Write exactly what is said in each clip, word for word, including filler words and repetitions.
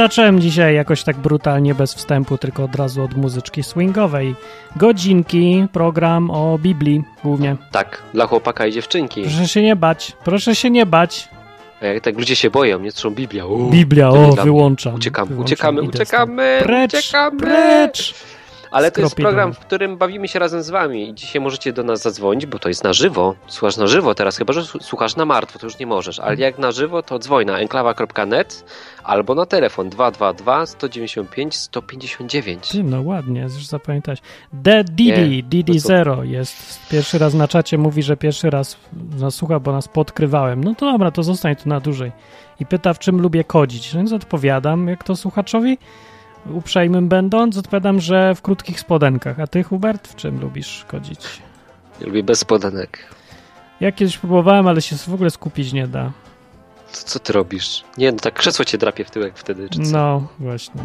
zacząłem dzisiaj jakoś tak brutalnie, bez wstępu, tylko od razu od muzyczki swingowej. Godzinki, program o Biblii głównie. Tak, dla chłopaka i dziewczynki. Proszę się nie bać, proszę się nie bać. A jak tak ludzie się boją, nie słyszą Biblia. Uu, Biblia, o, wyłączam. Uciekamy, wyłączam, uciekamy, uciekamy, precz, uciekamy. Precz. Ale to jest program, w którym bawimy się razem z wami i dzisiaj możecie do nas zadzwonić, bo to jest na żywo. Słuchasz na żywo teraz, chyba że słuchasz na martwo, to już nie możesz. Ale jak na żywo, to dzwoń na enklawa kropka net albo na telefon dwa dwa dwa, sto dziewięćdziesiąt pięć, sto pięćdziesiąt dziewięć. Ty, no ładnie, już zapamiętać. The Didi, Didi Zero jest pierwszy raz na czacie, mówi, że pierwszy raz nas słucha, bo nas podkrywałem. No to dobra, to zostań tu na dłużej. I pyta, w czym lubię kodzić. Więc odpowiadam, jak to słuchaczowi uprzejmym będąc, odpowiadam, że w krótkich spodenkach. A ty, Hubert, w czym lubisz kodzić? Ja lubię bez spodenek. Ja kiedyś próbowałem, ale się w ogóle skupić nie da. Co, co ty robisz? Nie, no tak krzesło cię drapie w tyłek wtedy, czy co? No, właśnie.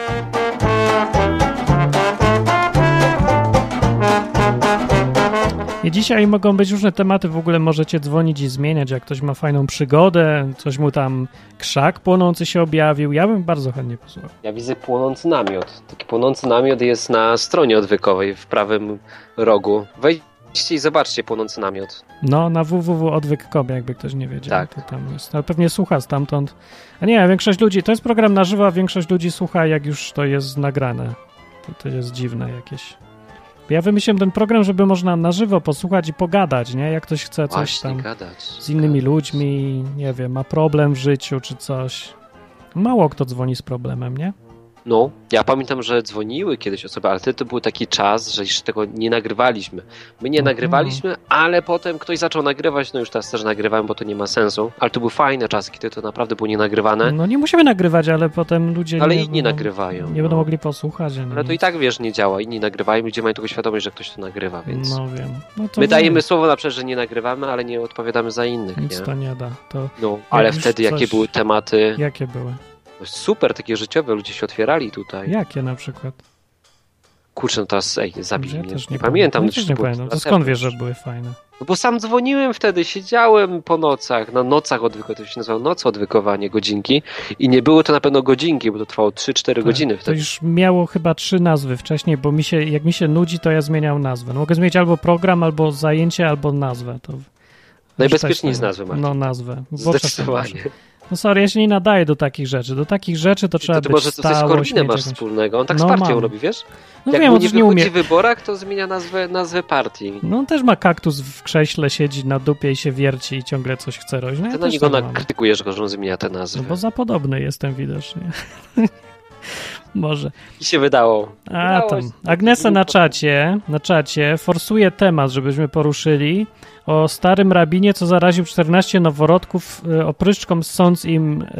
I dzisiaj mogą być różne tematy, w ogóle możecie dzwonić i zmieniać, jak ktoś ma fajną przygodę, coś mu tam krzak płonący się objawił, ja bym bardzo chętnie posłuchał. Ja widzę płonący namiot. Taki płonący namiot jest na stronie odwykowej w prawym rogu. Wejdźcie i zobaczcie płonący namiot. No, na w w w kropka odwyk kropka com, jakby ktoś nie wiedział. Tak. To tam jest. No, pewnie słucha stamtąd. A nie, większość ludzi, to jest program na żywo, a większość ludzi słucha, jak już to jest nagrane. To, to jest dziwne jakieś. Ja wymyśliłem ten program, żeby można na żywo posłuchać i pogadać, nie? Jak ktoś chce coś Właśnie, tam gadać, z innymi gadać. ludźmi, nie wiem, ma problem w życiu czy coś. Mało kto dzwoni z problemem, nie? No, ja pamiętam, że dzwoniły kiedyś osoby, ale wtedy to był taki czas, że jeszcze tego nie nagrywaliśmy. My nie Mhm. nagrywaliśmy, ale potem ktoś zaczął nagrywać, no już teraz też nagrywałem, bo to nie ma sensu. Ale to były fajne czasy, kiedy to naprawdę było nienagrywane. No nie musimy nagrywać, ale potem ludzie Ale nie inni będą, nagrywają. nie będą no. mogli posłuchać. No Ale to i tak, wiesz, nie działa. Inni nagrywają, ludzie mają tylko świadomość, że ktoś to nagrywa, więc... No wiem. No to My dajemy wiem. słowo na przykład, że nie nagrywamy, ale nie odpowiadamy za innych, Nic nie? to nie da. To No, ale już wtedy jakie coś- były tematy... jakie były? Super, takie życiowe, ludzie się otwierali tutaj. Jakie na przykład? Kurczę, no teraz, ej, zabij Ja mnie. też Nie, nie pamiętam. Ja no też czy nie było- pamiętam. To ja skąd też- wiesz, że były fajne? No bo sam dzwoniłem wtedy, siedziałem po nocach, na nocach odwykowych, to się nazywało noc odwykowanie, godzinki i nie było to na pewno godzinki, bo to trwało trzy cztery godziny To wtedy. już miało chyba trzy nazwy wcześniej, bo mi się, jak mi się nudzi, to ja zmieniam nazwę. No, mogę zmienić albo program, albo zajęcie, albo nazwę. To Najbezpieczniej też z tak- nazwy, Marcin. No nazwę. Bo Zdecydowanie. czasem- No sorry, ja się nie nadaję do takich rzeczy. Do takich rzeczy to trzeba To, to być może to coś z stałość, Korwinem mieć masz jakąś- wspólnego, on tak No, z partią mam. robi, wiesz? No Jak wiem, mu on nie też nie wychodzi umie. w wyborach, to zmienia nazwę, nazwę partii. No on też ma kaktus w krześle, siedzi na dupie i się wierci i ciągle coś chce robić. No, ja Ty na też niego tak mam. krytykujesz go, że on zmienia te nazwy. No bo za podobny jestem widocznie. Może. I się wydało. A Wydało tam. się. Agnesa na czacie, na czacie forsuje temat, żebyśmy poruszyli o starym rabinie, co zaraził czternaście noworodków e, opryszczką, ssąc im e,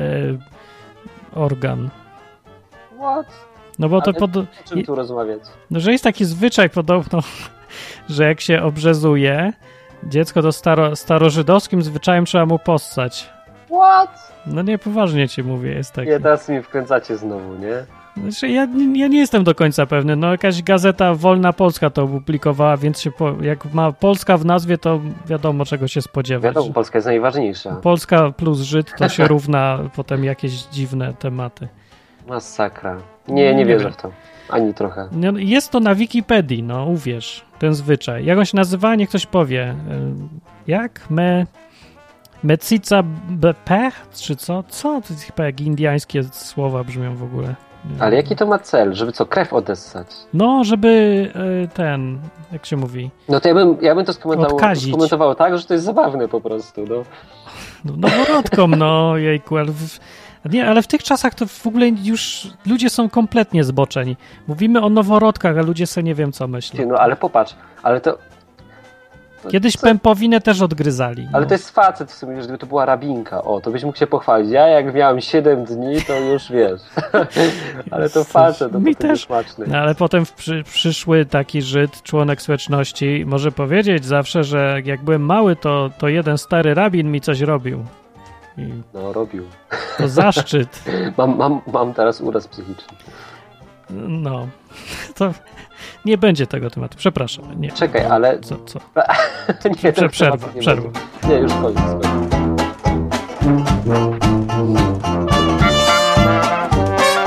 organ. What? No bo to Ale pod... O czym tu rozmawiać? No, że jest taki zwyczaj podobno, że jak się obrzezuje dziecko, to staro, starożydowskim zwyczajem trzeba mu possać. What? No nie, poważnie ci mówię, jest taki. Nie, teraz mi wkręcacie znowu, nie? Znaczy, ja, ja nie jestem do końca pewny. No jakaś gazeta Wolna Polska to opublikowała, więc się po, jak ma Polska w nazwie, to wiadomo czego się spodziewać. Wiadomo, Polska jest najważniejsza. Polska plus Żyd to się równa potem jakieś dziwne tematy. Masakra. Nie, Nie nie wierzę wiem. w to. Ani trochę. No, jest to na Wikipedii, no uwierz, ten zwyczaj. Jak on się nazywa, niech ktoś powie. Y, Jak? Me... Mecica B P? Czy co? Co? To jest chyba jak indiańskie słowa brzmią w ogóle. Nie Ale wiem. jaki to ma cel? Żeby co, krew odessać? No, żeby y, ten, jak się mówi, No to ja bym, ja bym to skomentował, Odkazić. skomentował tak, że to jest zabawne po prostu. No. no, noworodkom, no jejku, ale w, nie, ale w tych czasach to w ogóle już ludzie są kompletnie zboczeni. Mówimy o noworodkach, a ludzie sobie nie wiem co myślą. No ale popatrz, ale to... to Kiedyś co? pępowinę też odgryzali. No. Ale to jest facet w sumie, wiesz, gdyby to była rabinka, o, to byś mógł się pochwalić. Ja jak miałem siedem dni, to już wiesz. Ale to facet, to Mi potem też. smaczny. No, ale potem w przy, przyszły taki Żyd, członek społeczności, może powiedzieć zawsze, że jak byłem mały, to, to jeden stary rabin mi coś robił. I No, robił. to zaszczyt. Mam, mam, mam teraz uraz psychiczny. No, to nie będzie tego tematu. Przepraszam. Nie. Czekaj, ale... Co, co? nie, Prze- przerwa, temat nie przerwa. będzie. Nie, już koniec. koniec.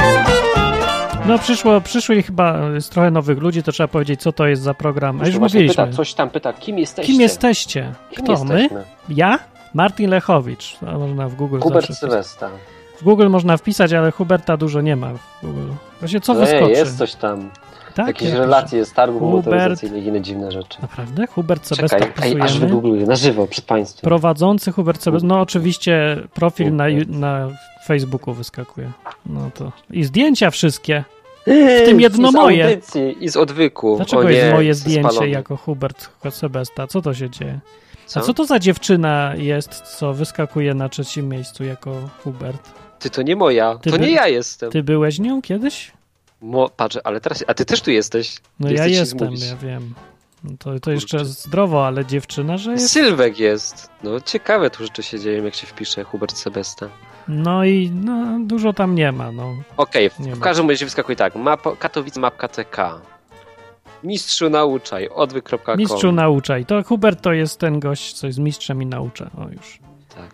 No przyszło, przyszły chyba z trochę nowych ludzi, to trzeba powiedzieć, co to jest za program. A już mówiliśmy. Pyta, coś tam pyta, kim jesteście? Kim jesteście? Kim Kto? jesteśmy? My? Ja? Martin Lechowicz. To można w Google Hubert Sylwesta. W Google można wpisać, ale Huberta dużo nie ma w Google. Właśnie co no wyskoczy? Nie, jest coś tam. Tak, jakieś relacje z targów motoryzacyjnych i inne dziwne rzeczy. Naprawdę? Hubert Sebesta Czekaj, wpisujemy. aż wygoogluję, na żywo, przed państwem. Prowadzący Hubert Sebesta. No oczywiście profil na, na Facebooku wyskakuje. No to i zdjęcia wszystkie. W tym jedno I z moje. audycji, i z odwyku. Dlaczego o nie, jest moje zdjęcie spalony. jako Hubert Sebesta? Co to się dzieje? Co? A co to za dziewczyna jest, co wyskakuje na trzecim miejscu jako Hubert? Ty, to nie moja. Ty to by... nie ja jestem. Ty byłeś nią kiedyś? Mo, patrz, ale teraz... A ty też tu jesteś. No ty ja jestem, mówić. ja wiem. No to, to jeszcze zdrowo, ale dziewczyna, że jest... Sylwek jest. No ciekawe tu rzeczy się dzieją, jak się wpisze Hubert Sebesta. No i no, dużo tam nie ma, no. Okej, okay, w ma. każdym razie wyskakuje tak. Map, Katowice mapka C K. Mistrzu nauczaj, odwyk kropka com. Mistrzu nauczaj. To Hubert to jest ten gość, co jest mistrzem i naucza. O już. Tak.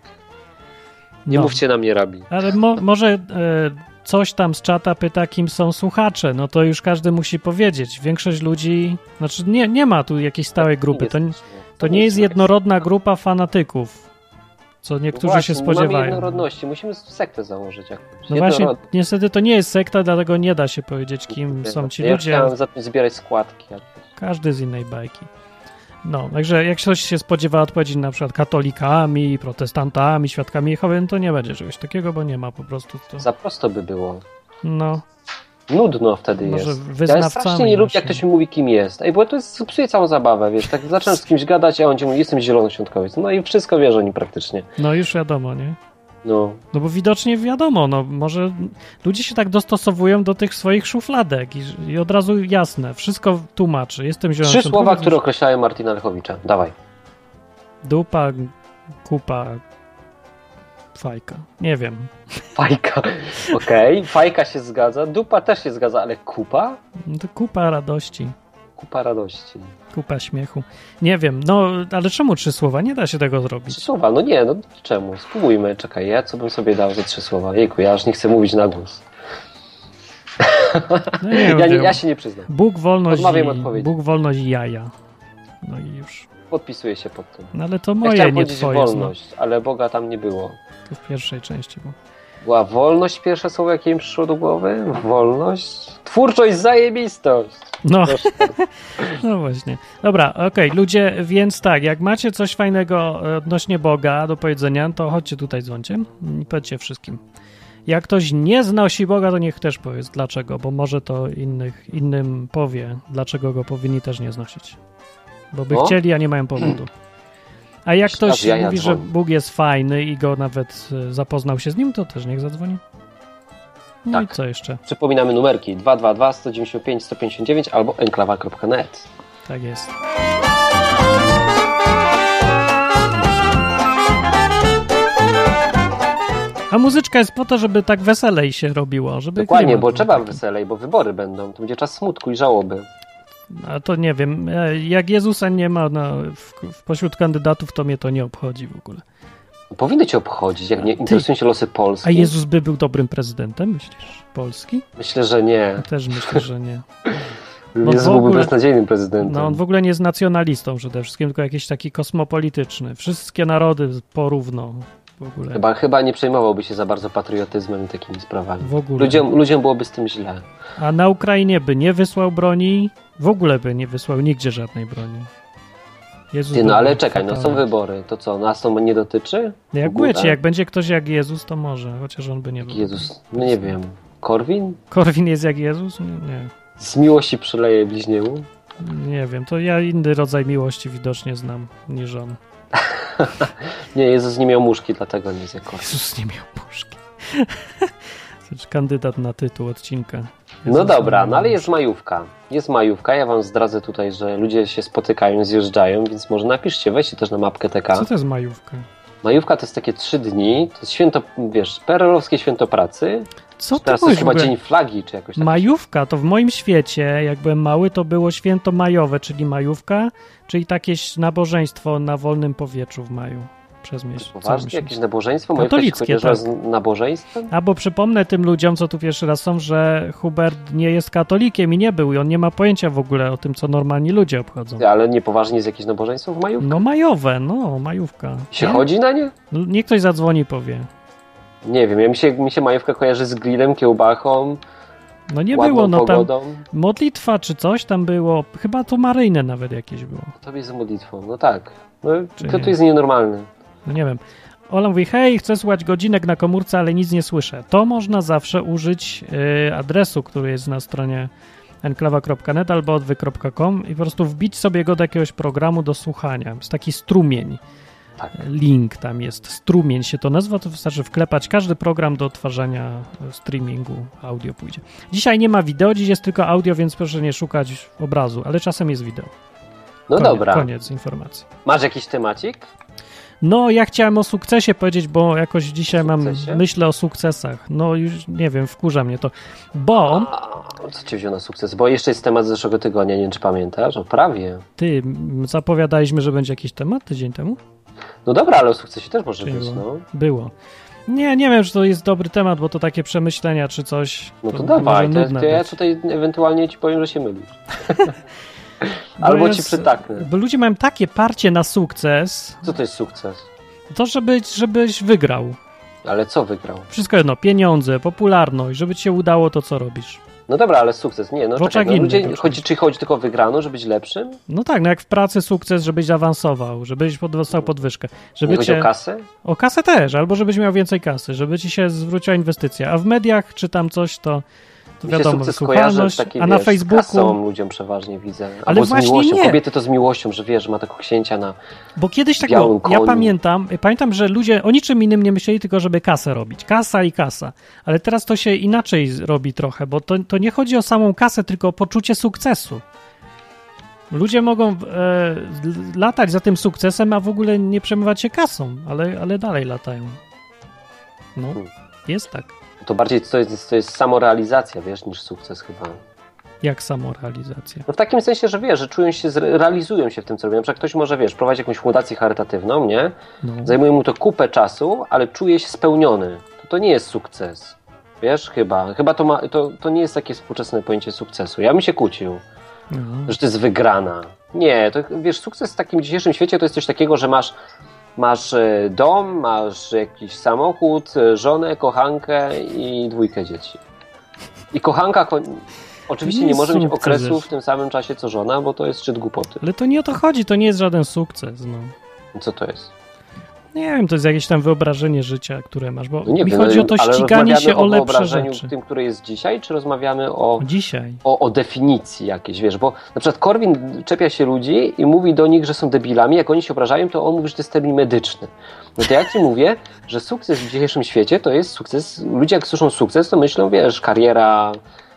Nie no. mówcie na mnie, rabi. Ale mo, może e, coś tam z czata pyta, kim są słuchacze. No to już każdy musi powiedzieć. Większość ludzi... Znaczy nie, nie ma tu jakiejś stałej grupy. To, to nie jest jednorodna grupa fanatyków, co niektórzy no właśnie, się spodziewają. Nie mamy jednorodności. Musimy sektę założyć jakąś. No właśnie, niestety to nie jest sekta, dlatego nie da się powiedzieć, kim nie, są ci ja ludzie. Ja chciałem zbierać składki. Jakieś. Każdy z innej bajki. No, także jak ktoś się spodziewa odpowiedzi na przykład katolikami, protestantami, świadkami Jehowy, no to nie będzie czegoś takiego, bo nie ma po prostu to. Za prosto by było. No. Nudno wtedy Może jest. Wyznawcami ja strasznie nie lubię, jak ktoś mi mówi, kim jest. Ej, bo to jest, psuje całą zabawę, wiesz. Tak zaczynasz z kimś gadać, a on ci mówi, jestem zielonoświątkowiec. No i wszystko wiesz o nim praktycznie. No już wiadomo, nie? No. No bo widocznie wiadomo, no może ludzie się tak dostosowują do tych swoich szufladek i, i od razu jasne, wszystko tłumaczy. Jestem zielonoświątkowiec. Trzy słowa, które określają Martina Lechowicza. Dawaj. Dupa, kupa, fajka. Nie wiem. Fajka. Okej, okay. Fajka się zgadza. Dupa też się zgadza, ale kupa? No to kupa radości. Kupa radości. Kupa śmiechu. Nie wiem, no ale czemu trzy słowa? Nie da się tego zrobić. Trzy słowa? No nie, no czemu? Spróbujmy. Czekaj, ja co bym sobie dał za trzy słowa? Jejku, ja aż nie chcę mówić na głos. No nie ja, wiem. nie, ja się nie przyznam. Bóg, wolność Odmawiam i, odpowiedzi. Bóg, wolność i jaja. No i już. Podpisuję się pod tym. No ale to moje, ja nie twoje. wolność, no. Ale Boga tam nie było. To w pierwszej części było. Była wolność, pierwsze słowo, jakie mi przyszło do głowy? Wolność? Twórczość, zajebistość. No, no właśnie. Dobra, okej, okay. Ludzie, więc tak, jak macie coś fajnego odnośnie Boga do powiedzenia, to chodźcie tutaj, dzwońcie i powiedzcie wszystkim. Jak ktoś nie znosi Boga, to niech też powiedz dlaczego, bo może to innych, innym powie, dlaczego go powinni też nie znosić. Bo by o? chcieli, a nie mają powodu. A jak ktoś ja, ja mówi, dzwonię. że Bóg jest fajny i go nawet zapoznał się z nim, to też niech zadzwoni. No tak. I co jeszcze? Przypominamy numerki dwa dwa dwa, sto dziewięćdziesiąt pięć, sto pięćdziesiąt dziewięć albo enklawa kropka net. Tak jest. A muzyczka jest po to, żeby tak weselej się robiło. Żeby Dokładnie, bo trzeba taki. weselej, bo wybory będą. To będzie czas smutku i żałoby. A to nie wiem, jak Jezusa nie ma no, w, w pośród kandydatów, to mnie to nie obchodzi w ogóle. Powinny cię obchodzić, jak nie interesują się losy Polski. A Jezus by był dobrym prezydentem, myślisz? Polski? Myślę, że nie. Też myślę, że nie. Jezus byłby beznadziejnym prezydentem. No on w ogóle nie jest nacjonalistą przede wszystkim, tylko jakiś taki kosmopolityczny. Wszystkie narody porówno. W ogóle. Chyba, chyba nie przejmowałby się za bardzo patriotyzmem i takimi sprawami. W ogóle. Ludziom, ludziom byłoby z tym źle. A na Ukrainie by nie wysłał broni, w ogóle by nie wysłał nigdzie żadnej broni. Jezus Ty, no ale czekaj, no są wybory. To co, nas to nie dotyczy? Jak wiecie, jak będzie ktoś jak Jezus, to może, chociaż on by nie był. Jezus, no nie wiem. Korwin? Korwin jest jak Jezus? Nie. nie. Z miłości przyleje bliźniemu? Nie wiem, to ja inny rodzaj miłości widocznie znam niż on. Nie, Jezus nie miał muszki, dlatego nie jest jak Korwin. Jezus nie miał muszki. To kandydat na tytuł odcinka. Jezus no dobra, no ale jest majówka. Jest majówka, ja wam zdradzę tutaj, że ludzie się spotykają, zjeżdżają, więc może napiszcie, weźcie też na mapkę T K. Co to jest majówka? Majówka to jest takie trzy dni, to jest święto, wiesz, perelowskie święto pracy. Co to Teraz to jest chyba dzień flagi, czy jakoś tak. Majówka, to w moim świecie, jak byłem mały, to było święto majowe, czyli majówka, czyli takie nabożeństwo na wolnym powietrzu w maju. przez miesiąc. Poważnie? Jakieś nabożeństwo? Moje katolickie, tak. Z nabożeństwem? A bo przypomnę tym ludziom, co tu pierwszy raz są, że Hubert nie jest katolikiem i nie był i on nie ma pojęcia w ogóle o tym, co normalni ludzie obchodzą. Ale niepoważnie jest jakieś nabożeństwo w majówkę? No majowe, no, majówka. Się nie? chodzi na nie? No, niech ktoś zadzwoni, powie. Nie wiem, ja mi się, mi się majówka kojarzy z grillem, kiełbachą. No nie było, no pogodą. Tam modlitwa czy coś tam było, chyba to maryjne nawet jakieś było. To jest z modlitwą, no tak. No, to tu jest nienormalne. No nie wiem. Ola mówi, hej, chcę słuchać godzinek na komórce, ale nic nie słyszę. To można zawsze użyć y, adresu, który jest na stronie enklawa kropka net albo odwyk kropka com i po prostu wbić sobie go do jakiegoś programu do słuchania. Jest taki strumień. Tak. Link tam jest, strumień się to nazywa, to wystarczy wklepać każdy program do odtwarzania streamingu, audio pójdzie. Dzisiaj nie ma wideo, dziś jest tylko audio, więc proszę nie szukać obrazu, ale czasem jest wideo. No koniec, dobra. Koniec informacji. Masz jakiś temacik? No, ja chciałem o sukcesie powiedzieć, bo jakoś dzisiaj mam myślę o sukcesach. No już nie wiem, wkurza mnie to, bo... A, co cię wziął na sukces? Bo jeszcze jest temat z zeszłego tygodnia, nie wiem, czy pamiętasz? O, prawie. Ty, zapowiadaliśmy, że będzie jakiś temat tydzień temu? No dobra, ale o sukcesie też może było. być, no. Było. Nie, nie wiem, czy to jest dobry temat, bo to takie przemyślenia, czy coś. No to, to dawaj, to, to ja tutaj ewentualnie ci powiem, że się mylisz. Albo jest, ci przytaknę. Bo ludzie mają takie parcie na sukces. Co to jest sukces? To, żeby, żebyś wygrał. Ale co wygrał? Wszystko jedno, pieniądze, popularność, żeby ci się udało to, co robisz. No dobra, ale sukces, nie, no, czekaj, no ludzie, chodzi, czy chodzi tylko o wygraną, żeby być lepszym? No tak, no jak w pracy sukces, żebyś awansował, żebyś dostał podwyżkę. Żeby nie chodzi cię... o kasę? O kasę też, albo żebyś miał więcej kasy, żeby ci się zwróciła inwestycja. A w mediach czy tam coś, to, to wiadomo, słuchalność, taki, a na wiesz, Facebooku... Z kasą ludziom przeważnie widzę. Albo ale z właśnie miłością. Nie. Kobiety to z miłością, że wiesz, że ma taką księcia na Bo kiedyś tak było, ja pamiętam, pamiętam, że ludzie o niczym innym nie myśleli, tylko żeby kasę robić. Kasa i kasa. Ale teraz to się inaczej robi trochę, bo to, to nie chodzi o samą kasę, tylko o poczucie sukcesu. Ludzie mogą e, latać za tym sukcesem, a w ogóle nie przemywać się kasą, ale, ale dalej latają. No, hmm. jest tak. To bardziej to jest, to jest samorealizacja, wiesz, niż sukces chyba. Jak samorealizacja? No w takim sensie, że wiesz, że czują się, realizują się w tym, co robią. Na przykład ktoś może, wiesz, prowadzić jakąś fundację charytatywną, nie? No. Zajmuje mu to kupę czasu, ale czuje się spełniony. To, to nie jest sukces. Wiesz, chyba. Chyba to, ma, to, to nie jest takie współczesne pojęcie sukcesu. Ja bym się kłócił, no. że to jest wygrana. Nie, to wiesz, sukces w takim dzisiejszym świecie to jest coś takiego, że masz Masz dom, masz jakiś samochód, żonę, kochankę i dwójkę dzieci. I kochanka ko- oczywiście nie, nie może mieć okresu w tym samym czasie co żona, bo to jest szczyt głupoty. Ale to nie o to chodzi, to nie jest żaden sukces. No. Co to jest? Nie wiem, to jest jakieś tam wyobrażenie życia, które masz, bo no nie mi wiem, chodzi o to ściganie się o, o lepsze rzeczy. O tym, które jest dzisiaj, czy rozmawiamy o, dzisiaj. O, o definicji jakiejś, wiesz, bo na przykład Korwin czepia się ludzi i mówi do nich, że są debilami, jak oni się obrażają, to on mówi, że to jest termin medyczny. No to ja ci mówię, że sukces w dzisiejszym świecie to jest sukces, ludzie jak słyszą sukces, to myślą, wiesz, kariera,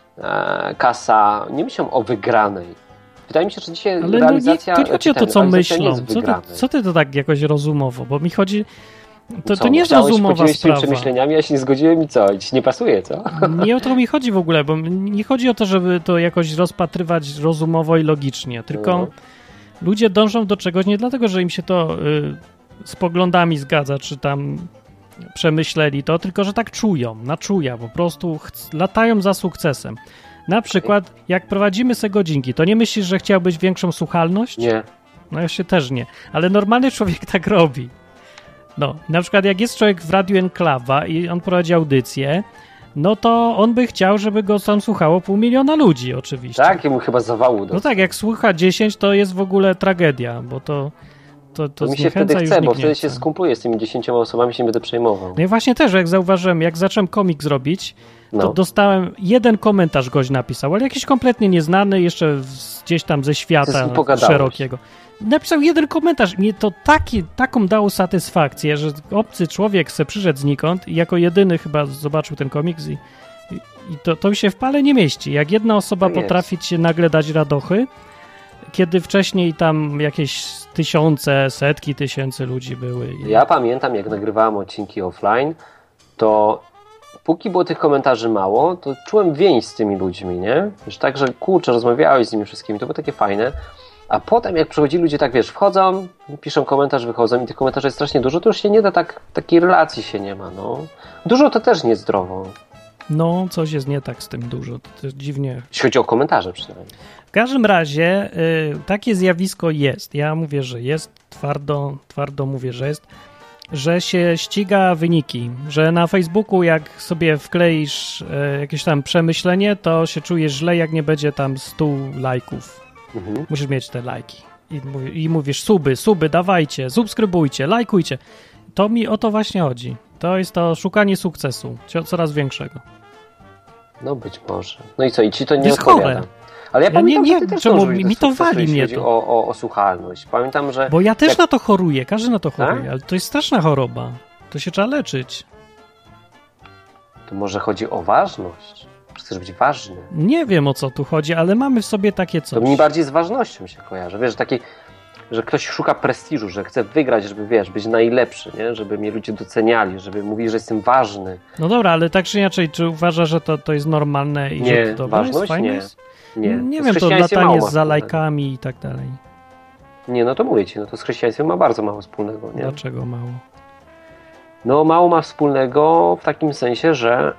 e, kasa, nie myślą o wygranej. Wydaje mi się, że dzisiaj ale realizacja... Ale no nie, to chodzi o to, co myślą. Co ty, co ty to tak jakoś rozumowo? Bo mi chodzi... To, to nie jest rozumowa sprawa. Się przemyśleniami, ja się nie zgodziłem i co? Ci nie pasuje, co? Nie o to mi chodzi w ogóle, bo nie chodzi o to, żeby to jakoś rozpatrywać rozumowo i logicznie, tylko no. ludzie dążą do czegoś nie dlatego, że im się to y, z poglądami zgadza, czy tam przemyśleli to, tylko że tak czują, na czuja, po prostu ch- latają za sukcesem. Na przykład, jak prowadzimy se godzinki, to nie myślisz, że chciałbyś większą słuchalność? Nie. No ja się też nie, ale normalny człowiek tak robi. No, na przykład jak jest człowiek w Radiu Enklawa i on prowadzi audycję, no to on by chciał, żeby go tam słuchało pół miliona ludzi oczywiście. Tak, jemu chyba zawału dostać. No tak, jak słucha dziesięć, to jest w ogóle tragedia, bo to to, to, to mi się wtedy chce, bo wtedy się skumpluję z tymi dziesięcioma osobami, się nie będę przejmował. No i właśnie też, jak zauważyłem, jak zacząłem komik zrobić, to no. dostałem jeden komentarz, gość napisał, ale jakiś kompletnie nieznany, jeszcze gdzieś tam ze świata szerokiego. Napisał jeden komentarz. Mnie to taki, taką dało satysfakcję, że obcy człowiek se przyszedł znikąd i jako jedyny chyba zobaczył ten komiks i, i, i to, to się w pale nie mieści. Jak jedna osoba potrafi ci nagle dać radochy, kiedy wcześniej tam jakieś tysiące, setki tysięcy ludzi były. Ja pamiętam, jak nagrywałem odcinki offline, to póki było tych komentarzy mało, to czułem więź z tymi ludźmi, nie? Już tak, że kurczę, rozmawiałeś z nimi wszystkimi, to było takie fajne. A potem jak przychodzili ludzie, tak wiesz, wchodzą, piszą komentarz, wychodzą i tych komentarzy jest strasznie dużo, to już się nie da, tak, takiej relacji się nie ma, no. Dużo to też niezdrowo. No, coś jest nie tak z tym dużo, to jest dziwnie. Jeśli chodzi o komentarze przynajmniej. W każdym razie y, takie zjawisko jest, ja mówię, że jest, twardo, twardo mówię, że jest, że się ściga wyniki, że na Facebooku jak sobie wkleisz y, jakieś tam przemyślenie, to się czujesz źle, jak nie będzie tam stu lajków. Mhm. Musisz mieć te lajki. I, I mówisz suby, suby, dawajcie, subskrybujcie, lajkujcie. To mi o to właśnie chodzi. To jest to szukanie sukcesu, coraz większego. No być może. No i co, i ci to nie jest odpowiada. Chore. Ale ja, ja pamiętam, nie, że ty nie, też czemu mi, mi to wali mnie to. O, o, o słuchalność. Pamiętam, że... Bo ja też jak... na to choruję, każdy na to choruje, tak? ale to jest straszna choroba. To się trzeba leczyć. To może chodzi o ważność? Czy chcesz być ważny? Nie wiem, o co tu chodzi, ale mamy w sobie takie coś. To mi bardziej z ważnością się kojarzy. Wiesz, taki, że ktoś szuka prestiżu, że chce wygrać, żeby, wiesz, być najlepszy, nie? Żeby mnie ludzie doceniali, żeby mówili, że jestem ważny. No dobra, ale tak czy inaczej, czy uważasz, że to, to jest normalne i nie, że to ważność? jest fajne? Nie. Nie, nie wiem, to latanie za lajkami i tak dalej. Nie, no to mówię ci, no to z chrześcijaństwem ma bardzo mało wspólnego. Nie? Dlaczego mało? No mało ma wspólnego w takim sensie, że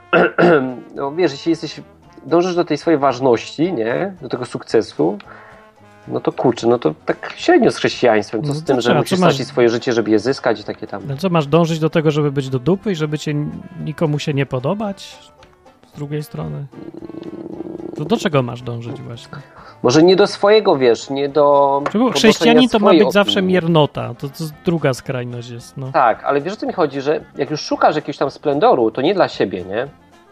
no wiesz, jeśli jesteś, dążysz do tej swojej ważności, nie, do tego sukcesu, no to kurczę, no to tak średnio z chrześcijaństwem, co no z tym, że musisz stracić swoje życie, żeby je zyskać i takie tam. No co, masz dążyć do tego, żeby być do dupy i żeby cię nikomu się nie podobać? Z drugiej strony. To do czego masz dążyć właśnie? Może nie do swojego, wiesz, nie do... Chrześcijanin to ma być opinii. Zawsze miernota. To, to druga skrajność jest. No. Tak, ale wiesz, o co mi chodzi, że jak już szukasz jakiegoś tam splendoru, to nie dla siebie, nie?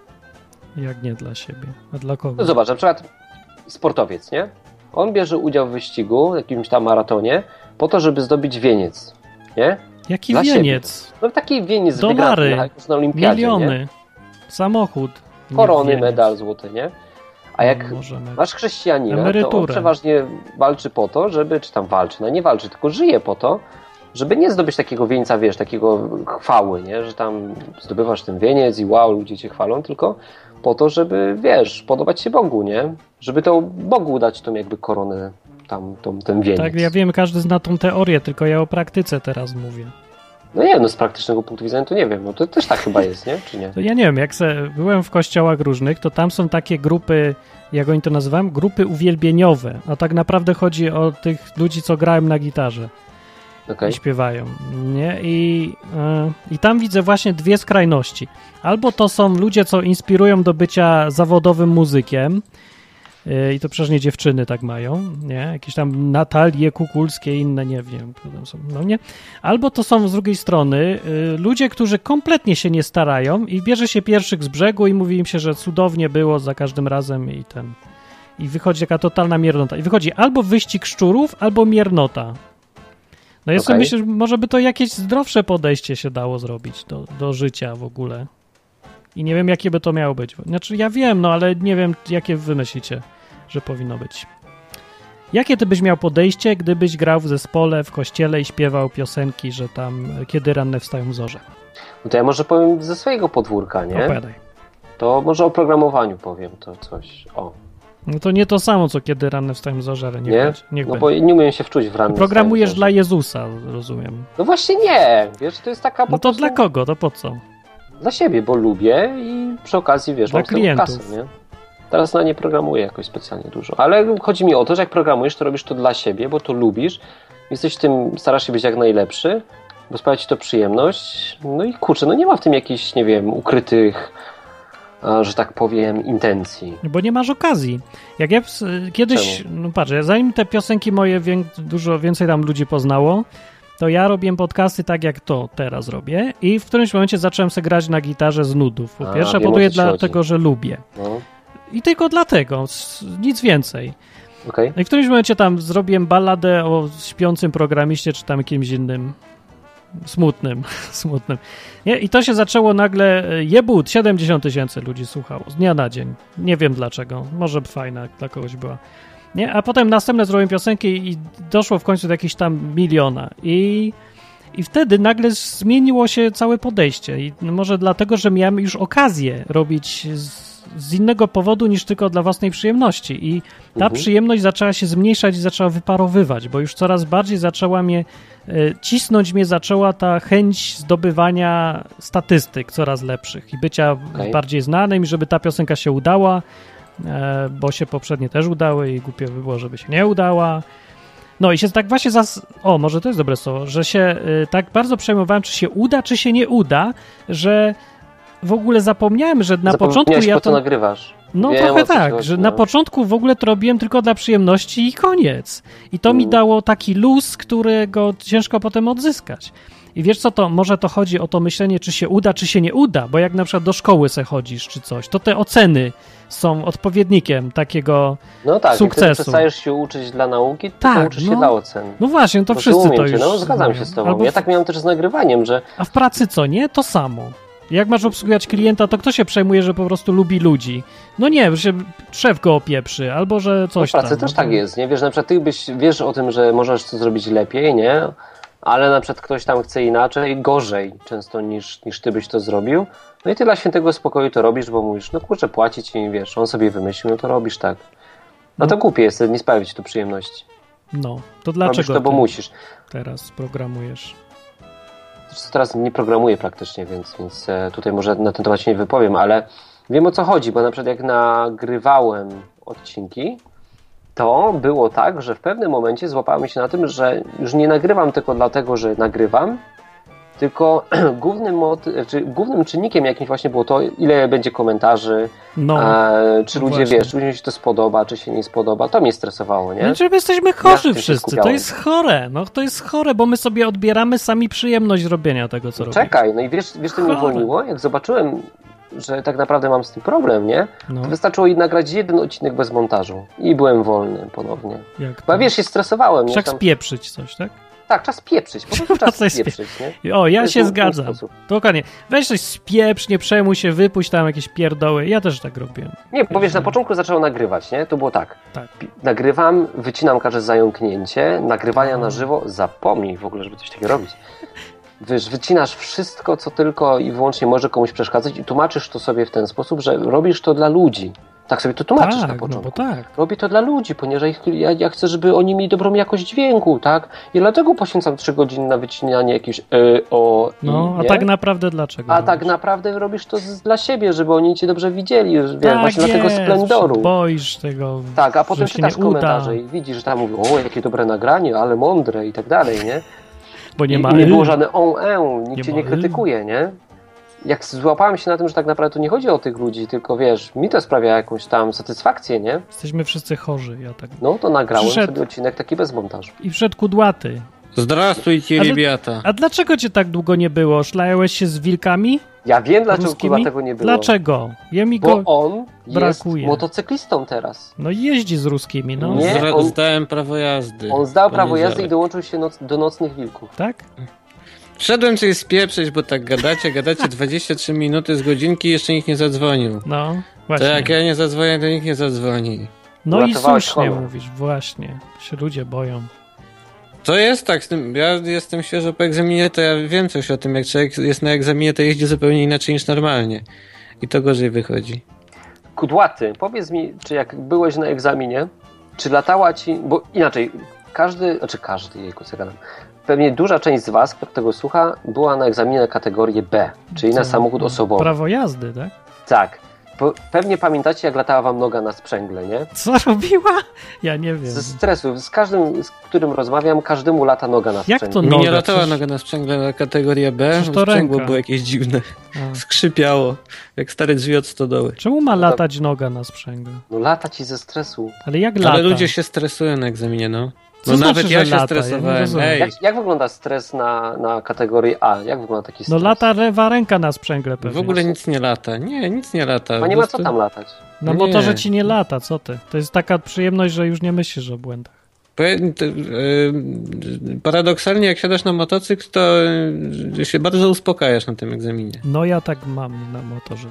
Jak nie dla siebie? A dla kogo? No zobacz, na przykład sportowiec, nie? On bierze udział w wyścigu, w jakimś tam maratonie, po to, żeby zdobyć wieniec, nie? Jaki dla wieniec? Siebie. No taki wieniec dolary, wygrany na olimpiadzie, miliony, nie? Samochód. Korony, medal złoty, nie? A jak no, masz chrześcijanina, emeryturę. To on przeważnie walczy po to, żeby, czy tam walczy, no nie walczy, tylko żyje po to, żeby nie zdobyć takiego wieńca, wiesz, takiego chwały, nie? Że tam zdobywasz ten wieniec i wow, ludzie cię chwalą, tylko po to, żeby, wiesz, podobać się Bogu, nie? Żeby to Bogu dać tą jakby koronę, tam, tą, ten wieniec. Tak, ja wiem, każdy zna tą teorię, tylko ja o praktyce teraz mówię. No nie, no z praktycznego punktu widzenia to nie wiem, no to też tak chyba jest, nie? Czy nie? To ja nie wiem, jak se, byłem w kościołach różnych, to tam są takie grupy, jak oni to nazywają, grupy uwielbieniowe, a tak naprawdę chodzi o tych ludzi, co grają na gitarze okay. i śpiewają, nie? I, yy, I tam widzę właśnie dwie skrajności. Albo to są ludzie, co inspirują do bycia zawodowym muzykiem, i to przeważnie dziewczyny tak mają, nie? Jakieś tam Natalie Kukulskie, inne, nie wiem, są, no nie? Albo to są z drugiej strony y, ludzie, którzy kompletnie się nie starają i bierze się pierwszych z brzegu i mówi im się, że cudownie było za każdym razem i ten... I wychodzi taka totalna miernota. I wychodzi albo wyścig szczurów, albo miernota. No ja okay. sobie myślę, że może by to jakieś zdrowsze podejście się dało zrobić do, do życia w ogóle. I nie wiem, jakie by to miało być. Znaczy, ja wiem, no ale nie wiem, jakie wy myślicie, że powinno być. Jakie ty byś miał podejście, gdybyś grał w zespole, w kościele i śpiewał piosenki, że tam kiedy ranne wstają zorze? No to ja może powiem ze swojego podwórka, nie? Opowiadaj. To może o programowaniu powiem to coś. O. No to nie to samo, co kiedy ranne wstają zorze, ale niech nie? będzie. Niech no będzie. Bo nie umiem się wczuć w ranne Programujesz dla Jezusa, rozumiem. No właśnie nie. Wiesz, to jest taka... No to prostu... dla kogo? To po co? Dla siebie, bo lubię i przy okazji, wiesz, dla mam klientów. Kasę, nie? Teraz na nie programuję jakoś specjalnie dużo. Ale chodzi mi o to, że jak programujesz, to robisz to dla siebie, bo to lubisz. Jesteś w tym, starasz się być jak najlepszy, bo sprawia ci to przyjemność. No i kurczę, no nie ma w tym jakichś, nie wiem, ukrytych, że tak powiem, intencji. Bo nie masz okazji. Jak ja kiedyś, Czemu? no patrz, zanim te piosenki moje wię, dużo więcej tam ludzi poznało, to ja robiłem podcasty tak, jak to teraz robię i w którymś momencie zacząłem sobie grać na gitarze z nudów. Po A, pierwsze, po drugie dlatego, że lubię. No. I tylko dlatego, nic więcej. Okay. I w którymś momencie tam zrobiłem balladę o śpiącym programiście, czy tam jakimś innym smutnym, smutnym. Nie? I to się zaczęło nagle, jebut, siedemdziesiąt tysięcy ludzi słuchało, z dnia na dzień. Nie wiem dlaczego, może fajna dla kogoś była. Nie? A potem następne zrobiłem piosenki i doszło w końcu do jakiegoś tam miliona. I, i wtedy nagle zmieniło się całe podejście. I może dlatego, że miałem już okazję robić z, z innego powodu niż tylko dla własnej przyjemności i ta mhm. przyjemność zaczęła się zmniejszać i zaczęła wyparowywać, bo już coraz bardziej zaczęła mnie, y, cisnąć mnie zaczęła ta chęć zdobywania statystyk coraz lepszych i bycia okay. bardziej znanym, żeby ta piosenka się udała, y, bo się poprzednie też udały i głupio by było, żeby się nie udała. No i się tak właśnie zas... O, może to jest dobre słowo, że się y, tak bardzo przejmowałem, czy się uda, czy się nie uda, że w ogóle zapomniałem, że na początku ja to... to nagrywasz. No Wiem, trochę tak, chodzi, że no. na początku w ogóle to robiłem tylko dla przyjemności i koniec. I to mm. mi dało taki luz, którego ciężko potem odzyskać. I wiesz co, to może to chodzi o to myślenie, czy się uda, czy się nie uda, bo jak na przykład do szkoły se chodzisz, czy coś, to te oceny są odpowiednikiem takiego no tak, sukcesu. No tak, przestajesz się uczyć dla nauki, to tak, uczysz no, się dla ocen. No właśnie, to wszyscy to już... No zgadzam się z tobą. Albo... Ja tak miałem też z nagrywaniem, że... A w pracy co, nie? To samo. Jak masz obsługiwać klienta, to kto się przejmuje, że po prostu lubi ludzi? No nie, że szef go opieprzy, albo że coś tam. W pracy tam, też no to... tak jest, nie? Wiesz, na przykład ty byś, wiesz o tym, że możesz to zrobić lepiej, nie? Ale na przykład ktoś tam chce inaczej, gorzej często niż, niż ty byś to zrobił. No i ty dla świętego spokoju to robisz, bo mówisz, no kurczę, płaci ci, wiesz, on sobie wymyślił, no to robisz tak. No, no to głupie jest, nie sprawia ci to przyjemności. No, to dlaczego robisz to, bo musisz. Teraz programujesz? Teraz nie programuję praktycznie, więc, więc tutaj może na ten temat się nie wypowiem, ale wiem o co chodzi, bo na przykład jak nagrywałem odcinki, to było tak, że w pewnym momencie złapałem się na tym, że już nie nagrywam tylko dlatego, że nagrywam, tylko głównym, moty- czy głównym czynnikiem jakimś właśnie było to, ile będzie komentarzy, no, e, czy ludzie, właśnie. wiesz, ludziom się to spodoba, czy się nie spodoba. To mnie stresowało, nie? Znaczy, my jesteśmy chorzy ja wszyscy, to jest chore, no to jest chore, bo my sobie odbieramy sami przyjemność robienia tego, co no, robimy. Czekaj, no i wiesz, wiesz co mnie uwolniło? Jak zobaczyłem, że tak naprawdę mam z tym problem, nie? No. To wystarczyło nagrać jeden odcinek bez montażu i byłem wolny ponownie. Jak bo wiesz, się stresowałem. Wszak tam... spieprzyć coś, tak? Tak, czas pieprzyć, po prostu czas spieprzyć, nie? O, ja się zgadzam. Dokładnie. Weź coś spieprz, nie przejmuj się, wypuść tam jakieś pierdoły. Ja też tak robiłem. Nie, bo wiesz, na początku zacząłem nagrywać, nie? To było tak. tak. Nagrywam, wycinam każde zająknięcie, nagrywania na żywo, zapomnij w ogóle, żeby coś takiego robić. Wiesz, wycinasz wszystko, co tylko i wyłącznie może komuś przeszkadzać i tłumaczysz to sobie w ten sposób, że robisz to dla ludzi. Tak sobie to tłumaczysz tak, na początku. No bo tak. Robię to dla ludzi, ponieważ ja, ja chcę, żeby oni mieli dobrą jakość dźwięku, tak? I dlatego poświęcam trzy godziny na wycinanie jakichś y, o No, i, a nie? tak naprawdę dlaczego? A robisz? tak naprawdę robisz to z, dla siebie, żeby oni cię dobrze widzieli, wiesz, tak właśnie jest, dla tego splendoru. Boisz tego, tak, a potem że czytasz się nie komentarze uda. i widzisz, że tam mówią, o, jakie dobre nagranie, ale mądre i tak dalej, nie? Bo nie I, ma i nie y. było żadne on, e, nikt nie cię ma nie krytykuje, nie? Jak złapałem się na tym, że tak naprawdę to nie chodzi o tych ludzi, tylko wiesz, mi to sprawia jakąś tam satysfakcję, nie? Jesteśmy wszyscy chorzy, ja tak. No to nagrałem Przyszedł... sobie odcinek taki bez montażu. I wszedł kudłaty. Zdrastujcie, rybiata. A dlaczego cię tak długo nie było? Szlajałeś się z wilkami? Ja wiem, dlaczego Ruskimi? tego nie było. Dlaczego? Ja mi Bo go on brakuje. jest motocyklistą teraz. No jeździ z ruskimi, no. Nie, Zdra- on- Zdałem prawo jazdy. On zdał prawo Poniedziałek. jazdy i dołączył się noc, do nocnych wilków. Tak? Wszedłem coś spieprzyć, bo tak gadacie, gadacie dwadzieścia trzy minuty z godzinki i jeszcze nikt nie zadzwonił. No, To właśnie. jak ja nie zadzwonię, to nikt nie zadzwoni. No i Uratowałeś słusznie honor. mówisz, właśnie. Się ludzie boją. To jest tak, z tym, ja jestem świeżo po egzaminie, to ja wiem coś o tym, jak człowiek jest na egzaminie, to jeździ zupełnie inaczej niż normalnie. I to gorzej wychodzi. Kudłaty, powiedz mi, czy jak byłeś na egzaminie, czy latała ci, bo inaczej, każdy, znaczy każdy, jejku, co ja gadam, pewnie duża część z was, kto tego słucha, była na egzaminie na kategorię B, czyli Co? na samochód osobowy. Prawo jazdy, tak? Tak. Po, pewnie pamiętacie, jak latała wam noga na sprzęgle, nie? Co robiła? Ja nie wiem. Ze stresu. Z każdym, z którym rozmawiam, każdemu lata noga na Jak sprzęgle. to Mi noga? nie latała Przecież- noga na sprzęgle na kategorię B, Przecież to sprzęgło ręka. było jakieś dziwne. A. Skrzypiało, jak stare drzwi od stodoły. Czemu ma latać noga na sprzęgle? No lata ci ze stresu. Ale jak lata? Ale ludzie się stresują na egzaminie, no. Co No znaczy, nawet że ja się lata? Ja nie stresowałem. rozumiem. Ej, Jak, jak wygląda stres na, na kategorii A? Jak wygląda taki No stres? lata lewa ręka na sprzęgle pewnie. w ogóle nic nie lata. Nie, nic nie lata. No Po nie ma co prostu- tam latać. Na Nie. motorze ci nie lata, co ty? To jest taka przyjemność, że już nie myślisz o błędach. Powiem, to, yy, paradoksalnie, jak siadasz na motocykl, to yy, się bardzo uspokajasz na tym egzaminie. No ja tak mam na motorze.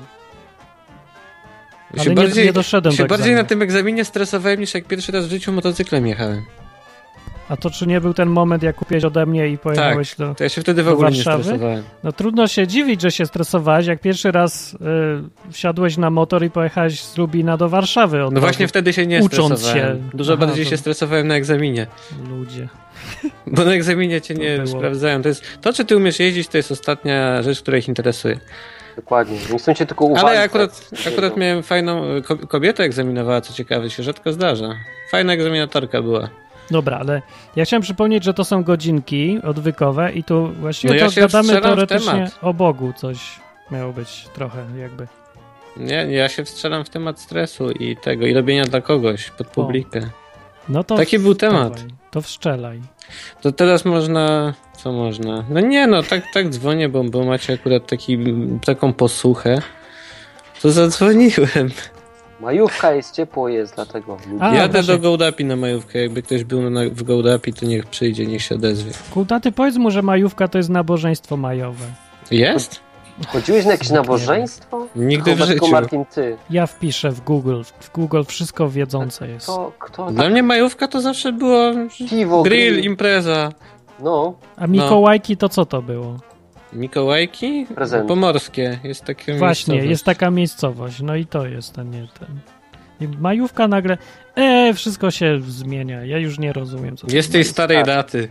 Ale Się nie- bardziej, nie doszedłem się do bardziej egzaminu. na tym egzaminie stresowałem, niż jak pierwszy raz w życiu motocyklem jechałem. A to czy nie był ten moment, jak kupiłeś ode mnie i pojechałeś tak, do to ja się wtedy w ogóle Warszawy? nie stresowałem. No trudno się dziwić, że się stresowałeś, jak pierwszy raz y, wsiadłeś na motor i pojechałeś z Lubina do Warszawy. No właśnie wtedy się nie ucząc stresowałem. się. Dużo Aha, bardziej to... się stresowałem na egzaminie. Ludzie. Bo na egzaminie cię nie było. sprawdzają. To, jest, to, czy ty umiesz jeździć, to jest ostatnia rzecz, która ich interesuje. Dokładnie. Nie chcą cię tylko uwalić. Ale akurat, akurat miałem fajną... Kobietę egzaminowała, co ciekawe, się rzadko zdarza. Fajna egzaminatorka była. Dobra, ale ja chciałem przypomnieć, że to są godzinki odwykowe i tu właściwie no ja to się gadamy teoretycznie temat. o Bogu, coś miało być trochę jakby. Nie, ja się wstrzelam w temat stresu i tego, i robienia dla kogoś, pod publikę. No to Taki był temat. Dawaj, to wszczelaj. To teraz można... Co można? No nie no, tak, tak dzwonię, bo, bo macie akurat taki, taką posłuchę. To zadzwoniłem. Majówka jest, ciepło jest, dlatego lubię. A, Jadę właśnie. do Gołdapi na majówkę. Jakby ktoś był na, w Gołdapi, to niech przyjdzie, niech się odezwie. Kultaty, powiedz mu, że majówka to jest nabożeństwo majowe. Jest? Chodziłeś na jakieś nabożeństwo? Nigdy w Chyba tylko życiu. Martin, ty. Ja wpiszę w Google. W Google wszystko wiedzące jest. Kto, kto Dla tak... mnie majówka to zawsze było Piwo, grill, grill. impreza. No, A Mikołajki to co to było? Mikołajki? Prezenty. Pomorskie. Jest takie Właśnie, miejscowość. jest taka miejscowość. No i to jest, a nie ten. I majówka nagle... E, wszystko się zmienia. Ja już nie rozumiem, co to Jest tej jest. starej tak. daty.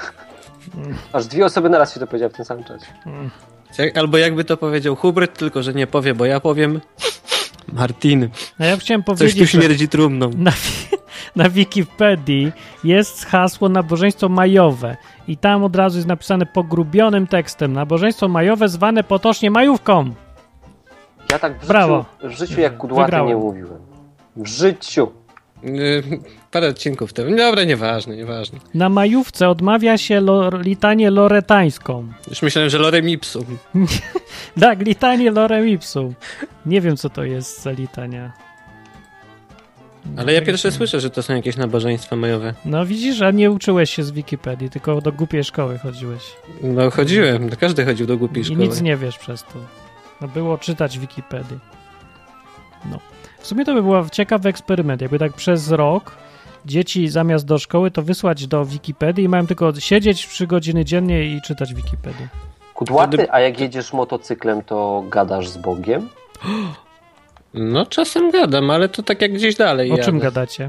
aż dwie osoby naraz się to powiedziały w tym samym czasie. Mm. Jak- Albo jakby to powiedział Hubert, tylko że nie powie, bo ja powiem Martin. No ja chciałem Coś tu powiedzieć, że śmierdzi trumną. na, wi- na Wikipedii jest hasło nabożeństwo majowe i tam od razu jest napisane pogrubionym tekstem. Nabożeństwo majowe zwane potocznie majówką. Ja tak w życiu, Brawo. w życiu jak kudłaty Wygrałem. nie mówiłem. W życiu. Yy, Parę odcinków temu. Dobra, nieważne, nieważne. Na majówce odmawia się lo, litanię loretańską. Już myślałem, że Lorem Ipsum. Tak, litanię lorem ipsum. Nie wiem, co to jest za litania. Ale ja pierwsze słyszę, że to są jakieś nabożeństwa majowe. No widzisz, a nie uczyłeś się z Wikipedii, tylko do głupiej szkoły chodziłeś. No chodziłem, każdy chodził do głupiej I szkoły. nic nie wiesz przez to. No było czytać Wikipedię. No. W sumie to by był ciekawy eksperyment, jakby tak przez rok dzieci zamiast do szkoły to wysłać do Wikipedii i mają tylko siedzieć trzy godziny dziennie i czytać Wikipedię. Kudłaty, Wtedy- a jak jedziesz motocyklem, to gadasz z Bogiem? No czasem gadam, ale to tak jak gdzieś dalej O jadę. czym gadacie?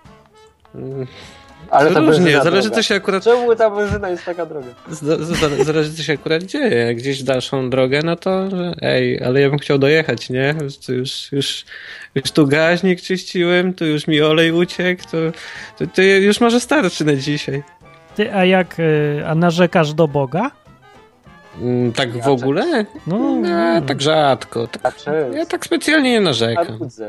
Mm, Ale ta Różnie, benzyna zależy droga. co się akurat... Czemu ta benzyna jest taka droga? z- z- Zależy co się akurat dzieje. Jak gdzieś dalszą drogę, no to że, ej, ale ja bym chciał dojechać, nie? To już, już, już tu gaźnik czyściłem, tu już mi olej uciekł, to, to, to już może starczy na dzisiaj. Ty, a jak, y, a narzekasz do Boga? Mm, Tak w ogóle? No, No, tak rzadko. Tak, Znaczy, ja tak specjalnie nie narzekam. marudzę.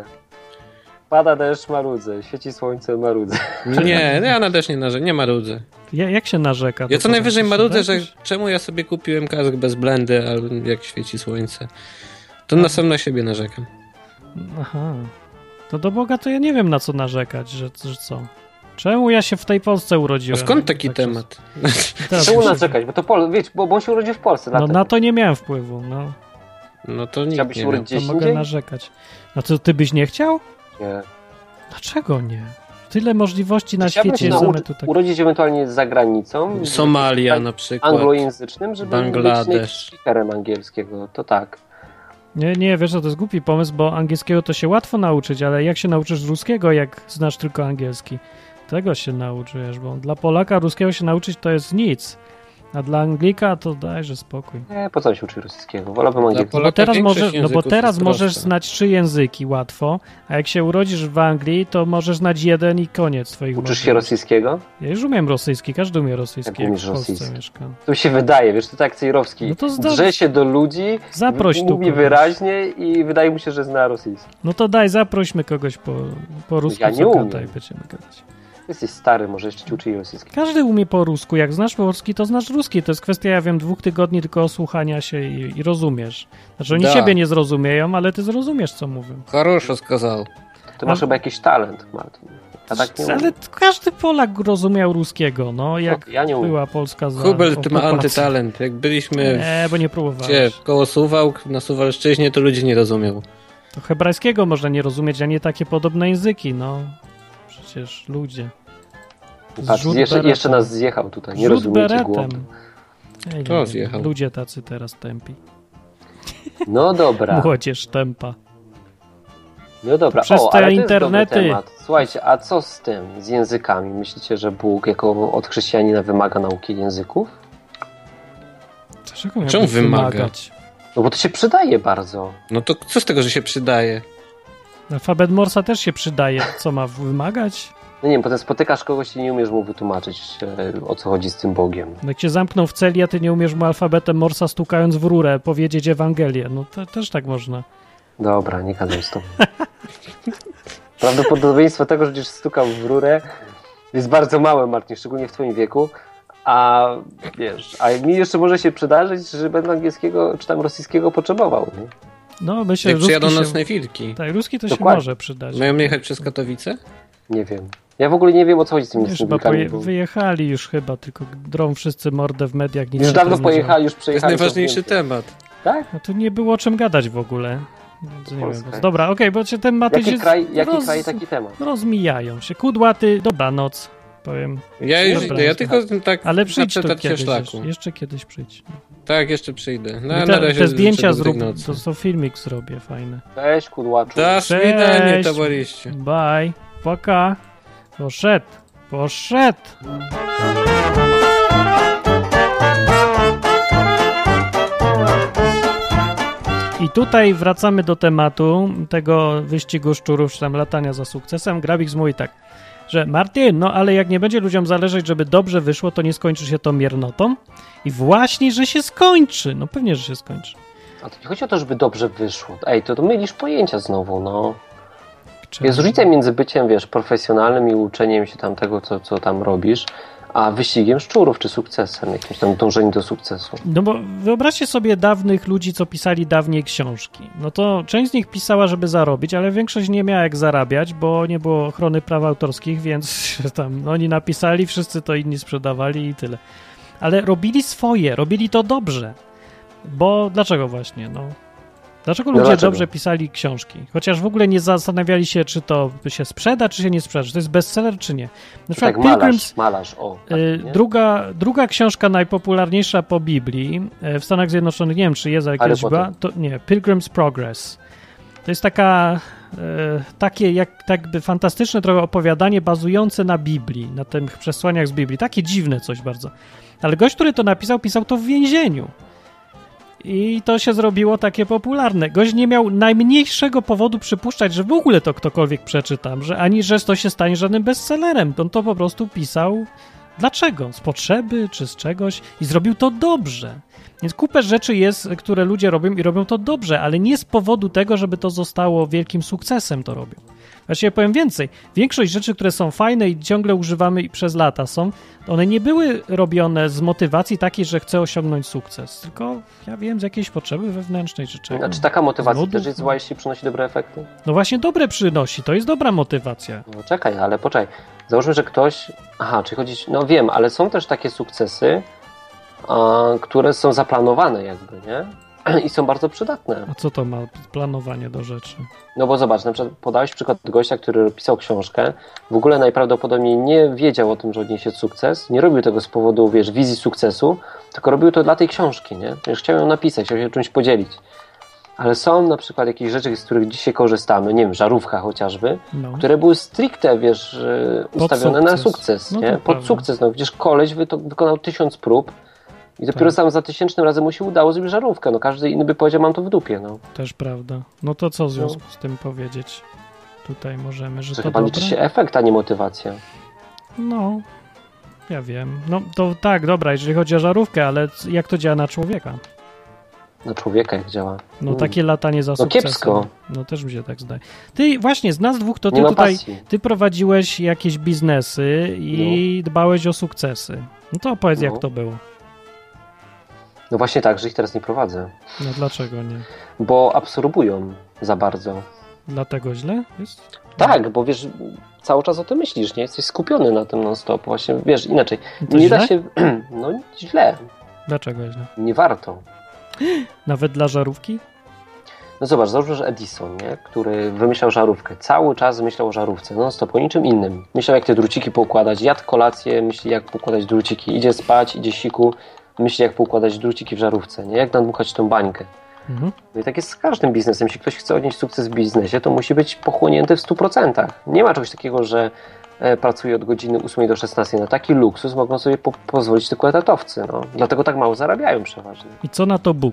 Pada deszcz, marudzę. Świeci słońce, marudzę. Nie, ja na deszcz nie narzekam, nie marudzę. ja, jak się narzeka? Ja To co najwyżej potem się marudzę, że jakoś- czemu ja sobie kupiłem kask bez blendy, albo jak świeci słońce. To na sam na siebie narzekam. Aha. To do Boga to ja nie wiem, na co narzekać, że, że co. Czemu ja się w tej Polsce A urodziłem? skąd taki Tak się- temat? Teraz Czemu się- narzekać? Bo to Pol... Wiecie, bo, bo on się urodził w Polsce. No dlatego. na to nie miałem wpływu, no. No to nikt Chciałbyś nie się miał. urodzić To gdzieś mogę indziej? narzekać. No to ty byś nie chciał? Nie. Dlaczego nie? Tyle możliwości na Chciałbym świecie się jest, a my nauczy- tu tak... urodzić ewentualnie za granicą. Somalia tak na przykład. Anglojęzycznym, żeby Bangladesz. być native speakerem angielskiego. To tak. Nie, nie, wiesz co, to jest głupi pomysł, bo angielskiego to się łatwo nauczyć, ale jak się nauczysz ruskiego, jak znasz tylko angielski? Tego się nauczysz, bo dla Polaka ruskiego się nauczyć to jest nic, a dla Anglika to dajże spokój. Nie, po co się uczy rosyjskiego? Wolałbym angielskiego. Polaka Bo teraz, większość może, no bo języków teraz jest możesz prosta. znać trzy języki łatwo, a jak się urodzisz w Anglii, to możesz znać jeden i koniec twoich Uczysz się możliwości. rosyjskiego? Ja już umiem rosyjski, każdy umie rosyjski, Jak jak umiesz w Polsce rosyjski? mieszkam. To mi się wydaje, wiesz, to tak jak Cejrowski. No to zda- Drze się do ludzi, Zaproś tu mówi kogoś. wyraźnie i wydaje mu się, że zna rosyjski. No to daj, zaprośmy kogoś po, po rusku, Ja nie co umiem. gadaj, będziemy gadać. Jesteś stary, może jeszcze ci uczyli rosyjski. Każdy umie po rusku. Jak znasz polski, to znasz ruski. To jest kwestia, ja wiem, dwóch tygodni tylko osłuchania się i, i rozumiesz. Znaczy oni Da. siebie nie zrozumieją, ale ty zrozumiesz, co mówią. Хорошо сказал. Ty masz A- chyba jakiś talent, Martin. Ja tak nie ale umiem. każdy Polak rozumiał ruskiego, no, jak ja nie umiem. była Polska za Hubert, ty ma okupacji. antytalent. Jak byliśmy Nie, bo nie gdzie, próbowałeś. koło Suwałk, na Suwalszczyźnie, to ludzie nie rozumiał. To hebrajskiego można nie rozumieć, a nie takie podobne języki, no. Przecież ludzie. Patrz, jeszcze, jeszcze nas zjechał tutaj, nie rozumiecie głowy. To zjechał. Ludzie tacy teraz tępi. No dobra. Młodzież tępa. No dobra, przez o, te ale internety. To jest dobry temat. Słuchajcie, a co z tym, z językami? Myślicie, że Bóg jako od chrześcijanina wymaga nauki języków? Dlaczego Czemu wymaga? wymagać? No bo to się przydaje bardzo. No to co z tego, że się przydaje? Alfabet Morsa też się przydaje. Co ma wymagać? No nie wiem, potem spotykasz kogoś i nie umiesz mu wytłumaczyć, o co chodzi z tym Bogiem. Jak cię zamkną w celi, a ty nie umiesz mu alfabetem Morsa stukając w rurę powiedzieć Ewangelię. No to też tak można. Dobra, nie gadam z tobą. Prawdopodobieństwo tego, że będziesz stukał w rurę jest bardzo małe, Martin, szczególnie w twoim wieku. A wiesz, a mi jeszcze może się przydarzyć, że będę angielskiego czy tam rosyjskiego potrzebował. Nie? No myślę, Jak że przyjadą się... nocne wilki. Tak, ruski to Dokładnie. się może przydać. Mają jechać przez Katowice? Nie wiem. Ja w ogóle nie wiem, o co chodzi z tymi Już nocnymi chyba wilkami. poje- Bo... wyjechali już chyba, tylko drą wszyscy mordę w mediach. Nic Już się dawno tam nie pojechali, już To jest przejechali. najważniejszy temat. Tak? No tu nie było o czym gadać w ogóle. Więc nie Polska. wiem. Dobra, okej, okay, bo się tematy Jaki się kraj, jaki roz... kraj, taki temat. rozmijają się. Kudłaty, dobranoc, powiem. Ja już Dobra, idę, ja tylko tak Ale przyjdź tu przetarcie kiedyś, szlaku. jeszcze, jeszcze kiedyś przyjdź. Tak, jeszcze przyjdę. No, I na te, razie te zdjęcia życzę dobrej zrób, nocy. to, to filmik zrobię, fajny. Cześć, kudłaczu. Do świdania, Cześć. towarzysze. Bye, poka. Poszedł, poszedł. I tutaj wracamy do tematu tego wyścigu szczurów, czy tam latania za sukcesem. Grabik mówi tak, że Martin, no ale jak nie będzie ludziom zależeć, żeby dobrze wyszło, to nie skończy się to miernotą. I właśnie, że się skończy. No pewnie, że się skończy. A to nie chodzi o to, żeby dobrze wyszło. Ej, to, to mylisz pojęcia znowu, no. Czemu? Jest różnica między byciem, wiesz, profesjonalnym i uczeniem się tam tego, co, co tam robisz, a wyścigiem szczurów, czy sukcesem, jakimś tam dążeniem do sukcesu. No bo wyobraźcie sobie dawnych ludzi, co pisali dawniej książki. No to część z nich pisała, żeby zarobić, ale większość nie miała jak zarabiać, bo nie było ochrony praw autorskich, więc tam no, oni napisali, wszyscy to inni sprzedawali i tyle. Ale robili swoje, robili to dobrze. Bo dlaczego właśnie? No, dlaczego ludzie No dlaczego? dobrze pisali książki? Chociaż w ogóle nie zastanawiali się, czy to się sprzeda, czy się nie sprzeda, czy to jest bestseller, czy nie. Na przykład Tak, Pilgrim's, malarz, malarz, o. Tak, y, nie? druga, druga książka najpopularniejsza po Biblii y, w Stanach Zjednoczonych, nie wiem, czy jest, ale Harry kiedyś Potter. była, to nie, Pilgrim's Progress. To jest taka, y, takie jak, tak jakby fantastyczne trochę opowiadanie bazujące na Biblii, na tych przesłaniach z Biblii. Takie dziwne coś bardzo. Ale gość, który to napisał, pisał to w więzieniu. I to się zrobiło takie popularne. Gość nie miał najmniejszego powodu przypuszczać, że w ogóle to ktokolwiek przeczytam, że ani że to się stanie żadnym bestsellerem. On to po prostu pisał. Dlaczego? Z potrzeby czy z czegoś? I zrobił to dobrze. Więc kupę rzeczy jest, które ludzie robią i robią to dobrze, ale nie z powodu tego, żeby to zostało wielkim sukcesem to robią. Właściwie powiem więcej. Większość rzeczy, które są fajne i ciągle używamy i przez lata są, one nie były robione z motywacji takiej, że chcę osiągnąć sukces, tylko ja wiem, z jakiejś potrzeby wewnętrznej czy czegoś. Znaczy taka motywacja Nudów, też jest no. zła, jeśli przynosi dobre efekty? No właśnie dobre przynosi, to jest dobra motywacja. No czekaj, ale poczekaj. Załóżmy, że ktoś... Aha, czy chodzi... No wiem, ale są też takie sukcesy, a, które są zaplanowane jakby, nie? I są bardzo przydatne. A co to ma planowanie do rzeczy? No bo zobacz, na przykład podałeś przykład gościa, który pisał książkę, w ogóle najprawdopodobniej nie wiedział o tym, że odniesie sukces, nie robił tego z powodu, wiesz, wizji sukcesu, tylko robił to dla tej książki, nie? Wiesz, chciał ją napisać, chciał się czymś podzielić. Ale są na przykład jakieś rzeczy, z których dzisiaj korzystamy, nie wiem, żarówka chociażby, No. które były stricte, wiesz, ustawione na sukces. sukces, No nie? to Pod prawda. sukces, no przecież koleś wy to wykonał tysiąc prób i dopiero Tak. sam za tysięcznym razem mu się udało zrobić żarówkę, no każdy inny by powiedział, mam to w dupie, no. Też prawda. No to co w związku z tym powiedzieć? Tutaj możemy, że Że to chyba dobre? liczy się efekt, a nie motywacja. No, ja wiem. No to tak, dobra, jeżeli chodzi o żarówkę, ale c- jak to działa na człowieka? Na człowieka jak działa. No Mm. takie latanie za No sukcesem. kiepsko. No też mi się tak zdaje. Ty właśnie, z nas dwóch to ty Nie ma tutaj, pasji. ty prowadziłeś jakieś biznesy i dbałeś o sukcesy. No to opowiedz, No. jak to było. No właśnie tak, że ich teraz nie prowadzę. No dlaczego nie? Bo absorbują za bardzo. Dlatego źle jest? Tak, bo wiesz, cały czas o tym myślisz, nie? Jesteś skupiony na tym non-stop. Właśnie, wiesz, inaczej. To nie źle? da się... No źle. Dlaczego źle? Nie warto. Nawet dla żarówki? No zobacz, załóżmy, że Edison, nie? Który wymyślał żarówkę. Cały czas myślał o żarówce, non stop, o niczym innym. Myślał, jak te druciki poukładać, jadł kolację, myśli, jak poukładać druciki. Idzie spać, idzie siku, myśli, jak poukładać druciki w żarówce, nie? Jak nadmuchać tą bańkę. Mhm. No i tak jest z każdym biznesem. Jeśli ktoś chce odnieść sukces w biznesie, to musi być pochłonięty w stu procentach. Nie ma czegoś takiego, że e, pracuje od godziny ósmej do szesnastej. Na taki luksus mogą sobie po- pozwolić tylko etatowcy. No. Dlatego tak mało zarabiają przeważnie. I co na to Bóg?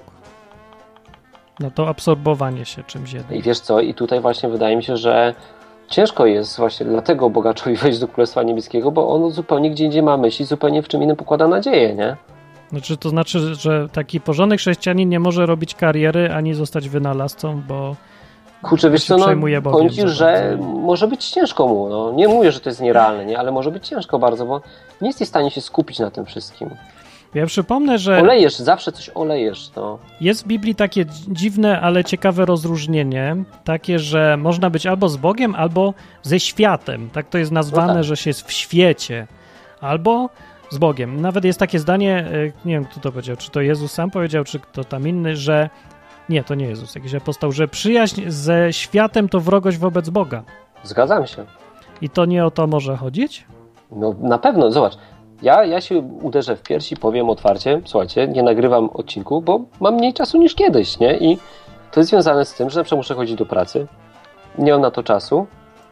Na to absorbowanie się czymś jednym. I wiesz co, i tutaj właśnie wydaje mi się, że ciężko jest właśnie dlatego bogaczowi wejść do Królestwa Niebieskiego, bo on zupełnie gdzie indziej ma myśli, zupełnie w czym innym pokłada nadzieję, nie? Znaczy, to znaczy, że taki porządny chrześcijanin nie może robić kariery ani zostać wynalazcą, bo Kurczę, wiesz co, no, powiem ci, że bardzo. może być ciężko mu, no. Nie mówię, że to jest nierealne, nie? Ale może być ciężko bardzo, bo nie jesteś w stanie się skupić na tym wszystkim. Ja przypomnę, że olejesz, zawsze coś olejesz, no. Jest w Biblii takie dziwne, ale ciekawe rozróżnienie, takie, że można być albo z Bogiem, albo ze światem. Tak to jest nazwane, no tak. Że się jest w świecie. Albo z Bogiem. Nawet jest takie zdanie, nie wiem, kto to powiedział, czy to Jezus sam powiedział, czy kto tam inny, że nie, to nie Jezus, jakiś apostoł, że przyjaźń ze światem to wrogość wobec Boga. Zgadzam się. I to nie o to może chodzić? No na pewno, zobacz. Ja, ja się uderzę w piersi, powiem otwarcie, słuchajcie, nie nagrywam odcinku, bo mam mniej czasu niż kiedyś, nie? I to jest związane z tym, że na przykład muszę chodzić do pracy, nie mam na to czasu,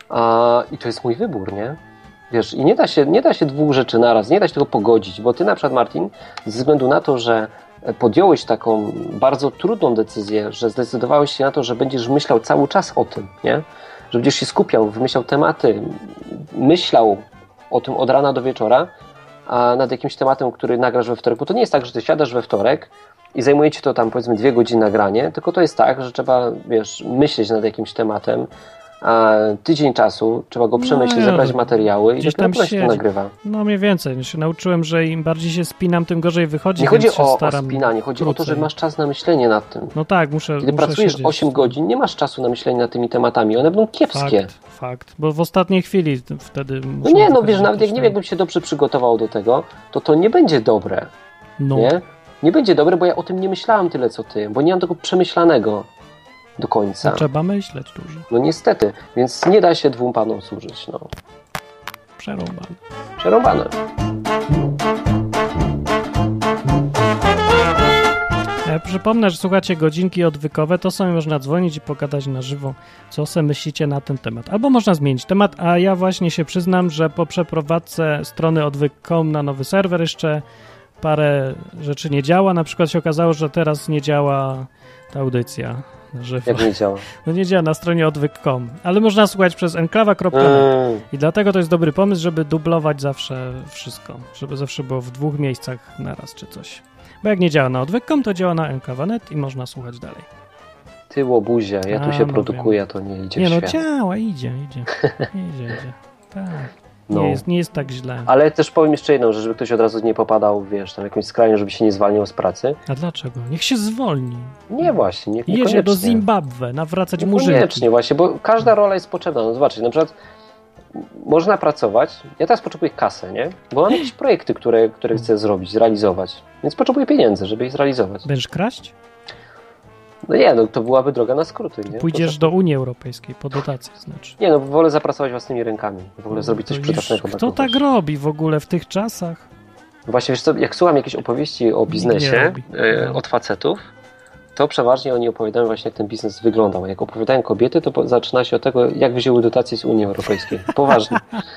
a, i to jest mój wybór, nie? Wiesz, i nie da się, nie da się dwóch rzeczy naraz, nie da się tego pogodzić, bo ty na przykład, Martin, ze względu na to, że podjąłeś taką bardzo trudną decyzję, że zdecydowałeś się na to, że będziesz myślał cały czas o tym, nie? Że będziesz się skupiał, wymyślał tematy, myślał o tym od rana do wieczora, a nad jakimś tematem, który nagrasz we wtorek, bo to nie jest tak, że ty siadasz we wtorek i zajmuje ci to tam powiedzmy dwie godziny nagranie, tylko to jest tak, że trzeba, wiesz, myśleć nad jakimś tematem, a tydzień czasu, trzeba go przemyśleć, no, zebrać materiały i dopiero się to nagrywa. No mniej więcej. Ja się nauczyłem, że im bardziej się spinam, tym gorzej wychodzi. Nie chodzi o, o spinanie, chodzi krócej. O to, że masz czas na myślenie nad tym. No tak, muszę Kiedy muszę pracujesz siedzieć. osiem godzin, nie masz czasu na myślenie nad tymi tematami. One będą kiepskie. Fakt, fakt. Bo w ostatniej chwili wtedy... No nie, no wiesz, nawet jak nie wiem, jakbym się dobrze przygotował do tego, to to nie będzie dobre. No. Nie? Nie będzie dobre, bo ja o tym nie myślałem tyle, co ty. Bo nie mam tego przemyślanego do końca. No, trzeba myśleć dużo. No niestety, więc nie da się dwóm panom służyć, no. Przerąbane. Przerąbane. Ja przypomnę, że słuchacie godzinki odwykowe, to sobie można dzwonić i pogadać na żywo, co sobie myślicie na ten temat. Albo można zmienić temat, a ja właśnie się przyznam, że po przeprowadzce strony odwyk kropka com na nowy serwer jeszcze parę rzeczy nie działa. Na przykład się okazało, że teraz nie działa ta audycja. Jak nie działa? No nie działa na stronie odwyk kropka com, ale można słuchać przez enklawa kropka net mm. i dlatego to jest dobry pomysł, żeby dublować zawsze wszystko, żeby zawsze było w dwóch miejscach naraz czy coś. Bo jak nie działa na odwyk kropka com, to działa na enklawa kropka net i można słuchać dalej. Ty łobuzie, ja tu A, się no produkuję, wiem. To nie idzie Nie w no, świat. działa, idzie, idzie, idzie, idzie. Tak. No. Nie, jest, nie jest tak źle. Ale też powiem jeszcze jedną, że żeby ktoś od razu nie popadał, wiesz, tam jakąś skrajnią, żeby się nie zwalniał z pracy. A dlaczego? Niech się zwolni. Nie właśnie, nie, jedzie do Zimbabwe, nawracać murzynki. Niekoniecznie właśnie, bo każda rola jest potrzebna. No zobaczcie, na przykład można pracować, ja teraz potrzebuję kasę, nie? Bo mam jakieś projekty, które, które chcę zrobić, zrealizować, więc potrzebuję pieniędzy, żeby je zrealizować. Będziesz kraść? No nie, no to byłaby droga na skróty, nie? Pójdziesz do Unii Europejskiej, po dotację znaczy. Nie, no wolę zapracować własnymi rękami, w ogóle no, zrobić coś przydatnego. Kto tak robi w ogóle w tych czasach? Właśnie, wiesz co, jak słucham jakieś opowieści o biznesie e, od facetów, to przeważnie oni opowiadają właśnie, jak ten biznes wyglądał. Jak opowiadają kobiety, to zaczyna się od tego, jak wzięły dotacje z Unii Europejskiej. Poważnie.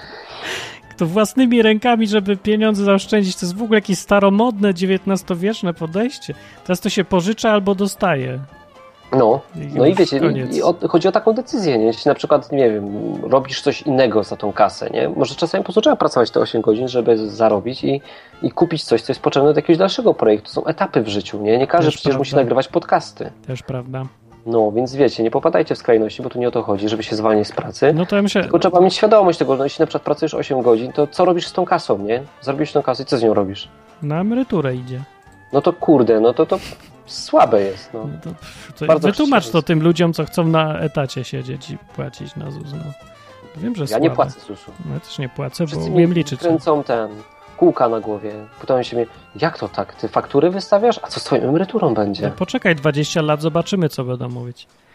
To własnymi rękami, żeby pieniądze zaoszczędzić, to jest w ogóle jakieś staromodne, dziewiętnastowieczne podejście. Teraz to się pożycza albo dostaje. No, I no i wiecie, i, i o, chodzi o taką decyzję, nie? Jeśli na przykład, nie wiem, robisz coś innego za tą kasę, nie? Może czasami po prostu trzeba pracować te osiem godzin, żeby zarobić i, i kupić coś, co jest potrzebne do jakiegoś dalszego projektu. To są etapy w życiu, nie? Nie każdy Też przecież prawda. musi nagrywać podcasty. Też prawda. No, więc wiecie, nie popadajcie w skrajności, bo tu nie o to chodzi, żeby się zwalniać z pracy. No to ja myślę... Tylko trzeba mieć świadomość tego, no jeśli na przykład pracujesz osiem godzin, to co robisz z tą kasą, nie? Zrobisz tą kasę i co z nią robisz? Na emeryturę idzie. No to kurde, no to to słabe jest, no. no to, to wytłumacz to tym ludziom, co chcą na etacie siedzieć i płacić na ZUS, no. Wiem, że Ja słabe. nie płacę zusu. No ja też nie płacę, Wszyscy bo umiem liczyć. kręcą ten, kółka na głowie. Pytają się mnie, jak to tak? Ty faktury wystawiasz? A co z twoją emeryturą będzie? No, poczekaj dwadzieścia lat, zobaczymy, co będą mówić.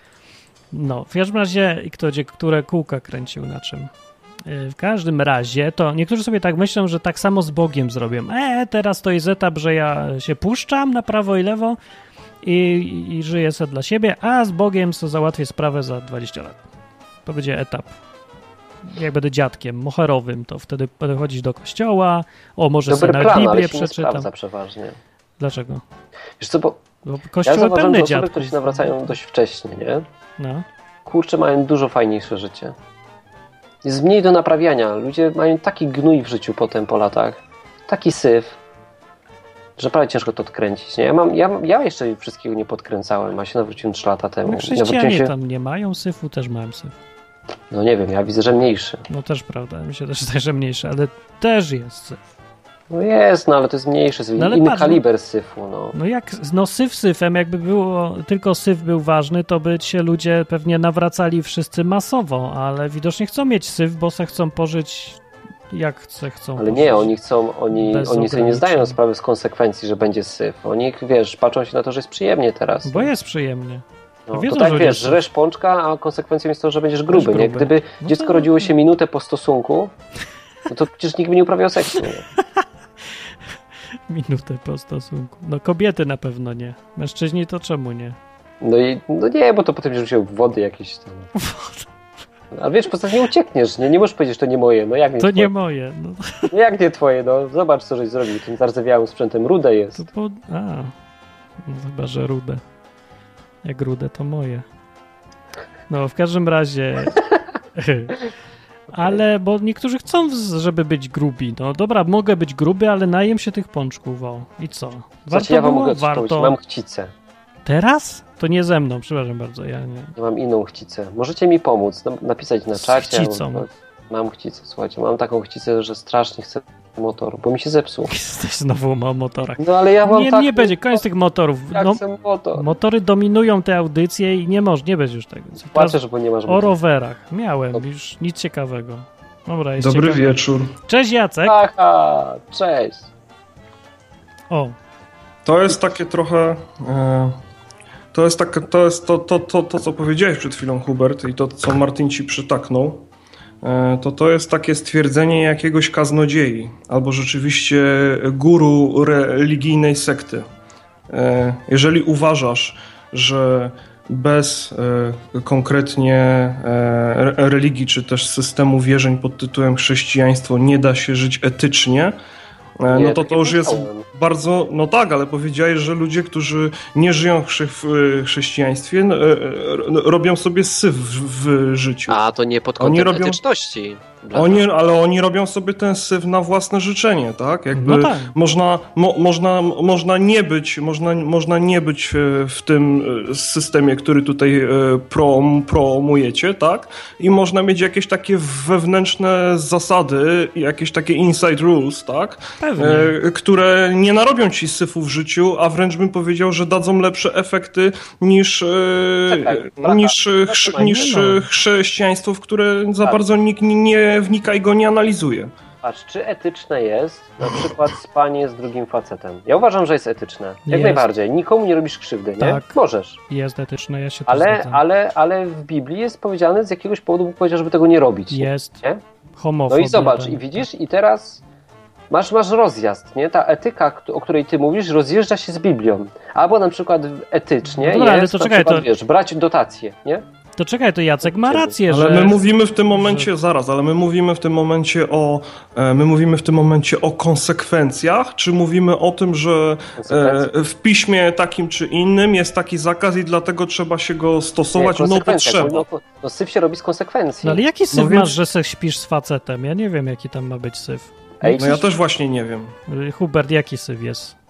No, w każdym razie, kto gdzie, które kółka kręcił na czym. W każdym razie, to niektórzy sobie tak myślą, że tak samo z Bogiem zrobią. E, teraz to jest etap, że ja się puszczam na prawo i lewo i, i żyję sobie dla siebie, a z Bogiem to załatwię sprawę za dwadzieścia lat. To będzie etap. Jak będę dziadkiem moherowym, to wtedy będę chodzić do kościoła, o, może Dobry sobie na plan, Biblię ale się przeczytam. nie sprawdza przeważnie. Dlaczego? Wiesz co, bo Bo kościół ja zauważam, pełny że osoby, dziadków. które się nawracają dość wcześnie, nie? No. Kurczę, mają dużo fajniejsze życie. Jest mniej do naprawiania. Ludzie mają taki gnój w życiu potem po latach, taki syf, że prawie ciężko to odkręcić. Nie? Ja, mam, ja, ja jeszcze wszystkiego nie podkręcałem, a się nawróciłem trzy lata temu. No, chrześcijanie się... tam nie mają syfu, też mają syf. No nie wiem, ja widzę, że mniejszy. No też prawda, mi się też zdaje, że mniejszy, ale też jest syf. No jest, no ale to jest mniejszy syf, no, inny patrz, kaliber syfu. No. no jak, no syf syfem, jakby było, tylko syf był ważny, to by się ludzie pewnie nawracali wszyscy masowo, ale widocznie chcą mieć syf, bo se chcą pożyć jak chce, chcą Ale pożyć. nie, oni chcą, oni, Bez oni sobie nie zdają ograniczeń. sprawy z konsekwencji, że będzie syf. Oni, wiesz, patrzą się na to, że jest przyjemnie teraz. Bo jest przyjemnie. No, wiedzą, to tak że wiesz, jest- żresz pączka, a konsekwencją jest to, że będziesz gruby, gruby. nie? Gdyby No dziecko to- rodziło się minutę po stosunku, no to przecież nikt by nie uprawiał seksu. Nie? Minutę po stosunku. No kobiety na pewno nie. Mężczyźni to czemu nie? No i no nie, bo to potem będziesz musiał wody jakieś tam. Ale wiesz, po prostu nie uciekniesz, nie? Nie możesz powiedzieć, że to nie moje. No jak nie To twoje? nie moje. No, No jak nie twoje? No zobacz, co żeś zrobił. Tym zardzewiałym sprzętem rude jest. to po... A, no chyba, że rude. Jak rude, to moje. No, w każdym razie... Ale, bo niektórzy chcą, żeby być grubi. No dobra, mogę być gruby, ale najem się tych pączków, o. I co? Warto Znaczy, ja wam było? mogę coś powiedzieć. Warto. Mam chcicę. Teraz? To nie ze mną, przepraszam bardzo, ja nie. Ja mam inną chcicę. Możecie mi pomóc, no, napisać na Z czacie. chcicą. albo- Mam chcicę, słuchajcie. Mam taką chcicę, że strasznie chcę motor, bo mi się zepsuł. Jesteś znowu o motorach. No ale ja mam Nie, tak... nie będzie, koniec tych motorów. Ja No, chcę motor. motory dominują te audycje i nie może, nie będzie już tego. Teraz Płaczesz, bo nie masz o motoru. rowerach. Miałem, Dobrze. już nic ciekawego. Dobra, jest Dobry ciekawe. wieczór. Cześć Jacek. Aha, cześć. O, To jest takie trochę... E, to jest, takie, to, jest to, to, to, to, co powiedziałeś przed chwilą, Hubert, i to, co Martin ci przytaknął. E, to to jest takie stwierdzenie jakiegoś kaznodziei, albo rzeczywiście guru religijnej sekty. E, jeżeli uważasz, że bez e, konkretnie e, religii, czy też systemu wierzeń pod tytułem chrześcijaństwo nie da się żyć etycznie, e, Nie, no to tak to nie już jest powiedziałem. bardzo, no tak, ale powiedziałeś, że ludzie, którzy nie żyją chrze- w e, chrześcijaństwie, no, e, e, robią sobie syf w, w życiu. A, to nie pod Oni kątem robią- etyczności. Dla Oni, nas. ale oni robią sobie ten syf na własne życzenie, tak? Jakby No tak. Można, mo, można, można nie być, można, można nie być e, w tym e, systemie, który tutaj e, prom, promujecie, tak? I można mieć jakieś takie wewnętrzne zasady, jakieś takie inside rules, tak? pewnie. E, które nie narobią ci syfu w życiu, a wręcz bym powiedział, że dadzą lepsze efekty niż, e, Czekaj, bracha, niż, e, chrze, zatrzymaj niż mnie, no. e, chrześcijaństwo, w które za Tak. bardzo nikt nie- nie wnika i go nie analizuje. Patrz, czy etyczne jest na przykład spanie z drugim facetem? Ja uważam, że jest etyczne. Jak Jest. najbardziej. Nikomu nie robisz krzywdy, nie? Tak. Możesz. Jest etyczne, ja się tu Ale, zgadzam. ale, ale w Biblii jest powiedziane, z jakiegoś powodu Bóg powiedział, żeby tego nie robić. Jest Nie? No homofobia. i zobacz, tak. i widzisz, i teraz masz, masz rozjazd, nie? Ta etyka, k- o której ty mówisz, rozjeżdża się z Biblią. Albo na przykład etycznie No dobra, ale jest to na czekaj, przykład, to- wiesz, brać dotacje, nie? To czekaj, to Jacek ma rację, Ale że... my mówimy w tym momencie, zaraz, ale my mówimy w tym momencie o, e, my mówimy w tym momencie o konsekwencjach, czy mówimy o tym, że e, w piśmie takim czy innym jest taki zakaz i dlatego trzeba się go stosować, Nie, no bo konsekwencje, trzeba. No, no, no syf się robi z konsekwencji. No ale jaki syf No więc- masz, że se śpisz z facetem? Ja nie wiem, jaki tam ma być syf. Ej, No ja też właśnie nie wiem. Y, Hubert, jaki syf jest?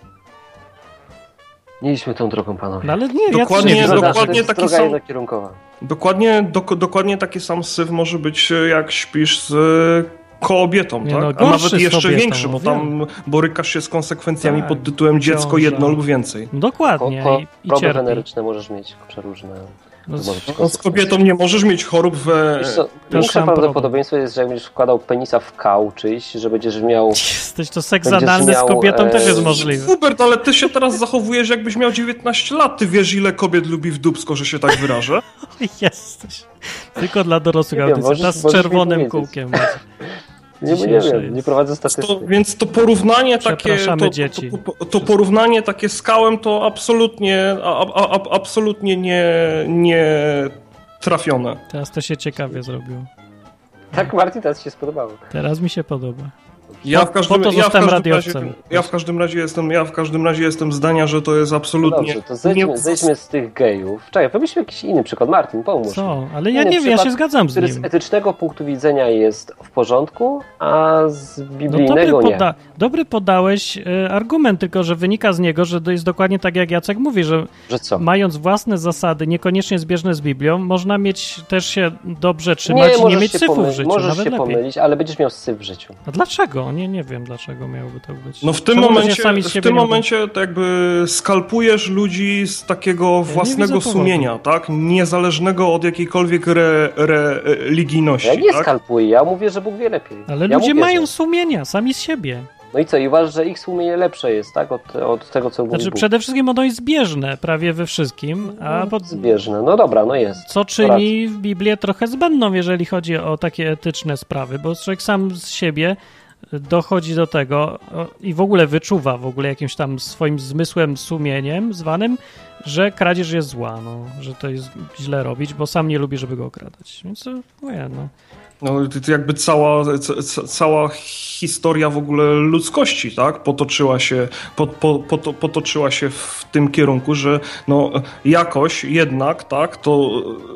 Nie idźmy tą drogą, panowie. No ale nie, Dokładnie, ja też nie dokładnie wiem. to jest taki droga sam- jednokierunkowa. Dokładnie, dok, dokładnie taki sam syf może być, e, jak śpisz z e, kobietą, Nie, tak? no, A gorszy nawet z jeszcze kobietą, większy, bo tam borykasz się z konsekwencjami Tak, pod tytułem dziecko ciąża. jedno lub więcej. Ko, Dokładnie, ko, i, i choroby cierpi. weneryczne możesz mieć przeróżne. No, z kobietą nie możesz mieć chorób we... Większe prawdopodobieństwo jest, że jak będziesz wkładał penisa w kał czyjś, że będziesz miał... Jesteś to seks analny z kobietą e... też jest możliwe. Hubert, ale ty się teraz zachowujesz, jakbyś miał dziewiętnaście lat. Ty wiesz, ile kobiet lubi w dupsko, że się tak wyrażę? Jesteś. Tylko dla dorosłych audycji. Z czerwonym kółkiem. Nie, nie wiem, nie prowadzę statystyk. To, więc to porównanie takie to, dzieci. To, to, to porównanie takie z kałem to absolutnie a, a, a, absolutnie nie, nie trafione. Teraz to się ciekawie zrobiło. Tak, Martin, teraz się spodobało. Teraz mi się podoba. Ja w każdym, po to ja w każdym radiowcem. razie, ja w każdym razie jestem, ja w każdym razie jestem zdania, że to jest absolutnie... No dobrze, to zejdźmy, nie... zejdźmy z tych gejów. Czekaj, wymyślmy jakiś inny przykład. Martin, pomóż. Co? Ale ja nie wiem, ja się zgadzam z nim. Który z etycznego punktu widzenia jest w porządku, a z biblijnego no dobry nie. Poda- dobry podałeś y, argument, tylko że wynika z niego, że to jest dokładnie tak, jak Jacek mówi, że, że co? mając własne zasady, niekoniecznie zbieżne z Biblią, można mieć też się dobrze trzymać nie, i nie mieć syfu pomylić, w życiu. Możesz nawet się lepiej. pomylić, ale będziesz miał syf w życiu. A dlaczego? Nie, nie wiem, dlaczego miałoby to być. No w tym Czemu momencie, w tym nie momencie to jakby skalpujesz ludzi z takiego ja własnego sumienia, tak? Niezależnego od jakiejkolwiek re, re, religijności. Ja nie tak? skalpuję, ja mówię, że Bóg wie lepiej. Ale ja ludzie mówię, mają że... sumienia, sami z siebie. No i co? I uważasz, że ich sumienie lepsze jest, tak? Od, od tego, co mówi Znaczy Bóg. przede wszystkim ono jest zbieżne prawie we wszystkim. A pod... Zbieżne, no dobra, no jest. Co czyni w Biblię trochę zbędną, jeżeli chodzi o takie etyczne sprawy, bo człowiek sam z siebie dochodzi do tego i w ogóle wyczuwa w ogóle jakimś tam swoim zmysłem, sumieniem zwanym, że kradzież jest zła, no, że to jest źle robić, bo sam nie lubi, żeby go okradać. Więc to, mówię, no. No, to jakby cała, ca, cała historia w ogóle ludzkości, tak, potoczyła się, po, po, po, potoczyła się w tym kierunku, że no, jakoś jednak, tak, to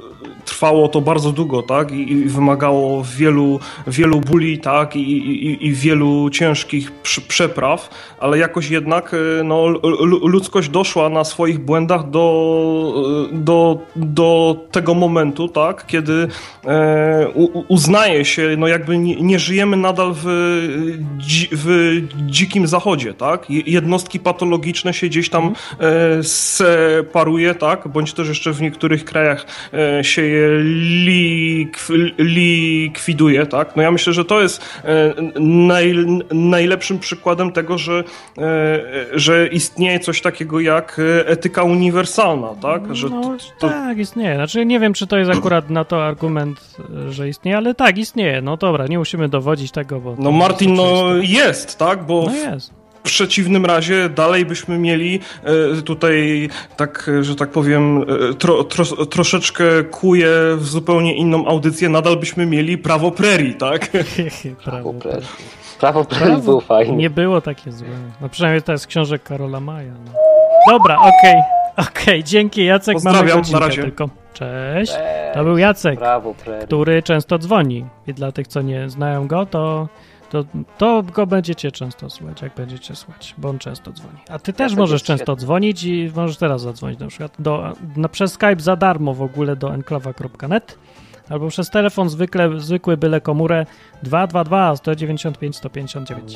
trwało to bardzo długo, tak, i, i wymagało wielu, wielu bóli, tak, i, i, i wielu ciężkich przepraw, ale jakoś jednak no, ludzkość doszła na swoich błędach do, do, do tego momentu, tak, kiedy e, uznaje się, no jakby nie, nie żyjemy nadal w, w dzikim zachodzie, tak, jednostki patologiczne się gdzieś tam e, separuje, tak, bądź też jeszcze w niektórych krajach e, się je likw, likwiduje, tak? No ja myślę, że to jest e, naj, najlepszym przykładem tego, że, e, że istnieje coś takiego jak etyka uniwersalna, tak? Że no, to, to... Tak, istnieje. Znaczy nie wiem, czy to jest akurat na to argument, że istnieje, ale tak, istnieje. No dobra, nie musimy dowodzić tego, bo... No Martin, no jest, tak? Bo no jest. W przeciwnym razie dalej byśmy mieli e, tutaj, tak, że tak powiem, tro, tro, troszeczkę kuję w zupełnie inną audycję, nadal byśmy mieli prawo prerii, tak? Prawo prerii. Prawo prerii było fajne. Nie było takie złe. No przynajmniej to jest książek Karola Maja. No. Dobra, okej. Okay. Okej, okay, dzięki Jacek. Pozdrawiam, mamy godzinkę na razie. Tylko. Cześć. Cześć. To był Jacek, Prawo prerii. który często dzwoni. I dla tych, co nie znają go, to... To, to go będziecie często słuchać, jak będziecie słuchać, bo on często dzwoni. A ty też ja możesz często dzwonić i możesz teraz zadzwonić na przykład do, na, przez Skype za darmo w ogóle do enklawa kropka net albo przez telefon zwykle, zwykły byle komórę dwa dwa dwa, sto dziewięćdziesiąt pięć, sto pięćdziesiąt dziewięć.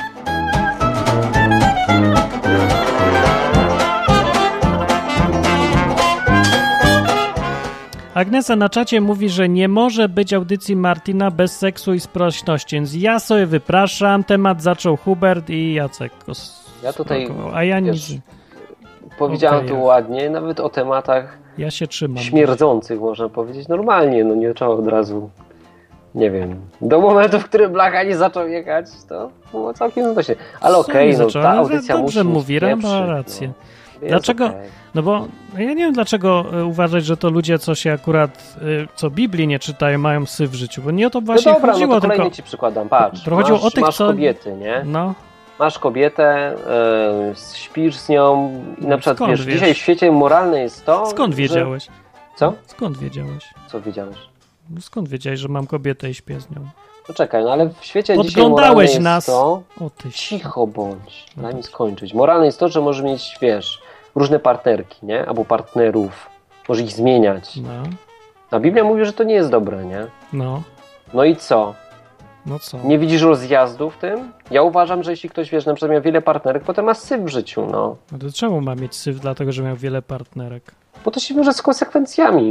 Agnieszka na czacie mówi, że nie może być audycji Martina bez seksu i sprośności, więc ja sobie wypraszam, temat zaczął Hubert i Jacek. Ja tutaj, a ja wiesz, nie... powiedziałem okay, tu ładnie, nawet o tematach ja się trzymam śmierdzących, można powiedzieć, normalnie, no nie trzeba od razu, nie wiem, do momentu, w którym Blacha nie zaczął jechać, to było całkiem znośnie. Ale okej, okay, no ta audycja dobrze musi mówi, Ram ma rację. No. Dlaczego? Okay. No bo ja nie wiem, dlaczego uważać, że to ludzie, co się akurat, co Biblii nie czytają, mają syf w życiu, bo nie o to właśnie no dobra, chodziło. No to kolejny tylko... ci przykładam, patrz, to chodziło masz, o tych, masz co... kobiety, nie? No. Masz kobietę, yy, śpisz z nią i na przykład, skąd wiesz, wiesz? dzisiaj w świecie moralne jest to, Skąd wiedziałeś? Że... Co? Skąd wiedziałeś? Co wiedziałeś? Skąd wiedziałeś, że mam kobietę i śpię z nią? No czekaj, no ale w świecie dzisiaj moralne jest nas. to... O ty cicho bądź, daj mi skończyć. Moralne jest to, że możesz mieć, wiesz, różne partnerki, nie? Albo partnerów. Może ich zmieniać. No. A Biblia mówi, że to nie jest dobre, nie? No. No i co? No co? Nie widzisz rozjazdu w tym? Ja uważam, że jeśli ktoś, wiesz, na przykład miał wiele partnerek, potem ma syf w życiu, no. No to czemu ma mieć syf? Dlatego, że miał wiele partnerek. Bo to się wiąże z konsekwencjami.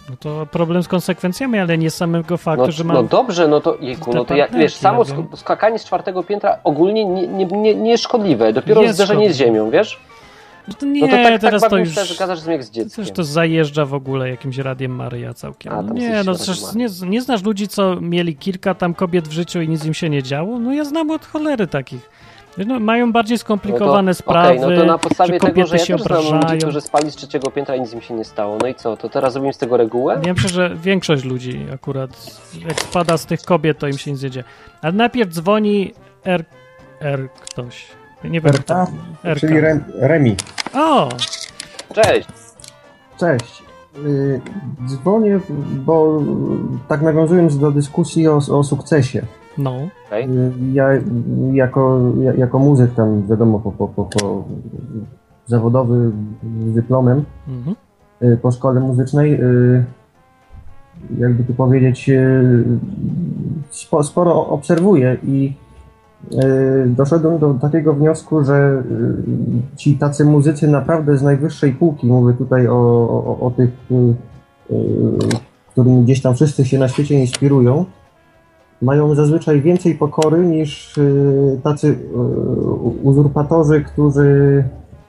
No to problem z konsekwencjami, ale nie samego faktu, no, że mam... No dobrze, no to jejku, no to ja, wiesz, samo ja sk- skakanie z czwartego piętra ogólnie nie, nie, nie, nie jest szkodliwe, dopiero jest zderzenie szkodliwe. z ziemią, wiesz? No to nie, no to tak, teraz tak to już... że gadasz jak z dzieckiem. Przecież to zajeżdża w ogóle jakimś Radiem Maryja całkiem. A, no nie, no przecież nie, nie znasz ludzi, co mieli kilka tam kobiet w życiu i nic im się nie działo? No ja znam od cholery takich. No, mają bardziej skomplikowane no to, sprawy, okay, no to na podstawie że tego, że ja się też znam obrażają. ludzi, którzy spali z trzeciego piętra i nic im się nie stało. No i co, to teraz robimy z tego regułę? Wiem, że większość ludzi akurat, jak spada z tych kobiet, to im się nie zjedzie. Ale najpierw dzwoni R... R ktoś. Nie wiem, kto. R K, czyli Re, Remi. O! Cześć! Cześć. Yy, dzwonię, bo tak nawiązując do dyskusji o, o sukcesie. No. Okay. Yy, ja jako, ja, jako muzyk tam, wiadomo, po, po, po, po zawodowy z dyplomem, mhm. yy, po szkole muzycznej, yy, jakby tu powiedzieć, yy, spo, sporo obserwuję i doszedłem do takiego wniosku, że ci tacy muzycy naprawdę z najwyższej półki, mówię tutaj o, o, o tych, którymi gdzieś tam wszyscy się na świecie inspirują, mają zazwyczaj więcej pokory niż tacy uzurpatorzy, którzy,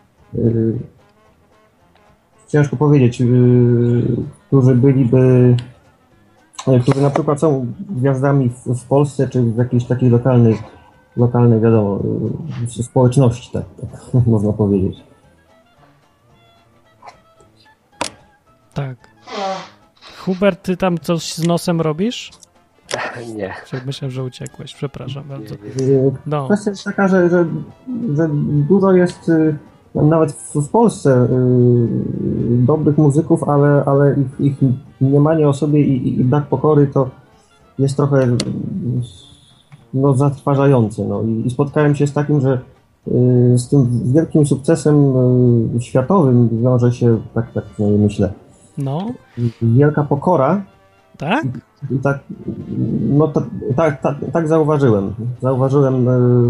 ciężko powiedzieć, którzy byliby, którzy na przykład są gwiazdami w, w Polsce czy w jakiejś takiej lokalnej lokalnej, wiadomo, społeczności, tak, tak można powiedzieć. Tak. Hubert, ty tam coś z nosem robisz? Nie. Myślałem, że uciekłeś, przepraszam bardzo. No. Kwestia jest taka, że, że, że dużo jest nawet w Polsce dobrych muzyków, ale, ale ich, ich mniemanie o sobie i, i brak pokory to jest trochę no, zatrważające. No. I, I spotkałem się z takim, że y, z tym wielkim sukcesem y, światowym wiąże się, tak, tak no, myślę, no. wielka pokora. Tak? I, i tak, no to, tak, tak, tak zauważyłem. Zauważyłem.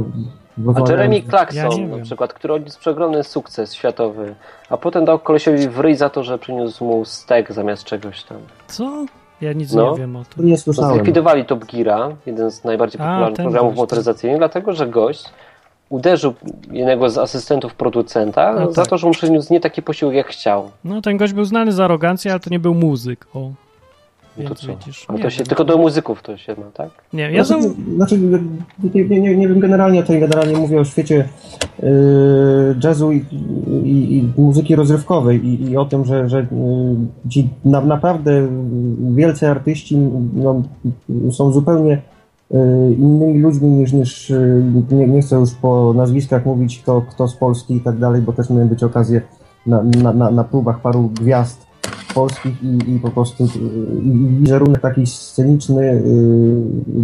Y, a Jeremy Clarkson ja na przykład, który odniósł przeogromny sukces światowy, a potem dał kolesiowi w ryj za to, że przyniósł mu stek zamiast czegoś tam. Co? Ja nic no, nie wiem o tym. Nie słyszałem. Zlikwidowali Top Geara, jeden z najbardziej popularnych programów gość, motoryzacyjnych, tak. Dlatego, że gość uderzył jednego z asystentów producenta no za tak. to, że mu przyniósł nie taki posiłek, jak chciał. No, ten gość był znany z arogancji, ale to nie był muzyk. O. No to co? Widzisz, a to się, tylko do muzyków to się ma, tak? Nie, ja znaczy, zau... znaczy nie, nie, nie, nie wiem generalnie, to generalnie mówię o świecie yy, jazzu i, i, i muzyki rozrywkowej i, i o tym, że, że yy, ci na, naprawdę wielcy artyści no, są zupełnie yy, innymi ludźmi niż, niż yy, nie, nie chcę już po nazwiskach mówić kto, kto z Polski i tak dalej, bo też miałem być okazję na, na, na, na próbach paru gwiazd polskich i, i po prostu i wizerunek taki sceniczny, yy,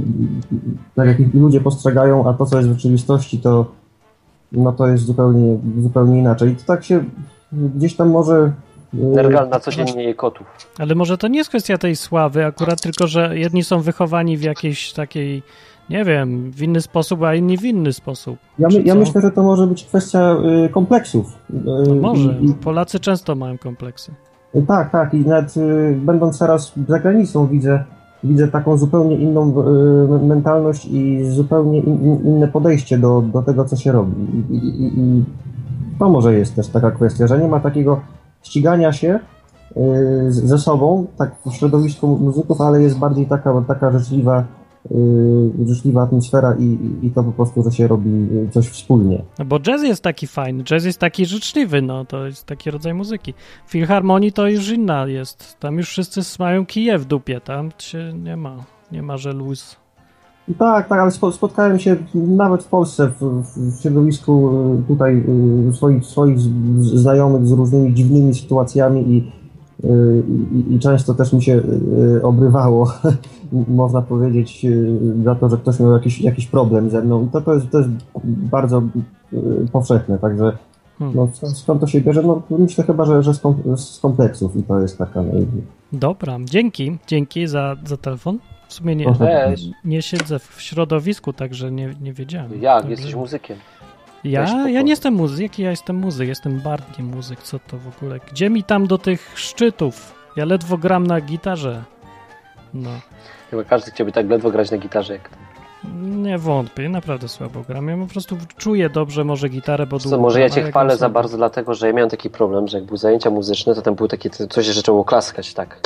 tak jak ludzie postrzegają, a to, co jest w rzeczywistości, to no to jest zupełnie, zupełnie inaczej. I to tak się gdzieś tam może... Yy, Nergal na codziennie jej kotów. Ale może to nie jest kwestia tej sławy, akurat tylko, że jedni są wychowani w jakiejś takiej, nie wiem, w inny sposób, a inni w inny sposób. Ja, my, ja myślę, że to może być kwestia y, kompleksów. Y, no może. I, Polacy często mają kompleksy. Tak, tak i nawet y, będąc teraz za granicą widzę, widzę taką zupełnie inną y, mentalność i zupełnie in, inne podejście do, do tego, co się robi. I, i, i to może jest też taka kwestia, że nie ma takiego ścigania się y, ze sobą, tak w środowisku muzyków, ale jest bardziej taka, taka życzliwa, y, życzliwa atmosfera i, i to po prostu, że się robi coś wspólnie. No bo jazz jest taki fajny, jazz jest taki życzliwy, no to jest taki rodzaj muzyki. W filharmonii to już inna jest, tam już wszyscy mają kije w dupie, tam się nie ma, nie ma, że luz. Tak, tak, ale spotkałem się nawet w Polsce, w, w środowisku tutaj swoich, swoich znajomych z różnymi dziwnymi sytuacjami i, i, i często też mi się obrywało, można powiedzieć, za to, że ktoś miał jakiś, jakiś problem ze mną. I to, to, jest, to jest bardzo powszechne, także no, skąd to się bierze? No, myślę chyba, że, że z kompleksów i to jest taka... Dobra, dzięki, dzięki za, za telefon. W sumie nie, nie siedzę w środowisku, także nie, nie wiedziałem. Jak? Także... Jesteś muzykiem. Ja, ja nie jestem muzyk, ja jestem muzyk, jestem bardziej muzyk, co to w ogóle? Gdzie mi tam do tych szczytów Ja ledwo gram na gitarze. No. Chyba każdy chciałby tak ledwo grać na gitarze jak ty. Nie wątpię, naprawdę słabo gram. Ja po prostu czuję dobrze może gitarę, bo długo. Co, może ja cię gram, chwalę za bardzo dlatego, że ja miałem taki problem, że jak były zajęcia muzyczne, to tam było takie coś, że zaczęło klaskać, tak.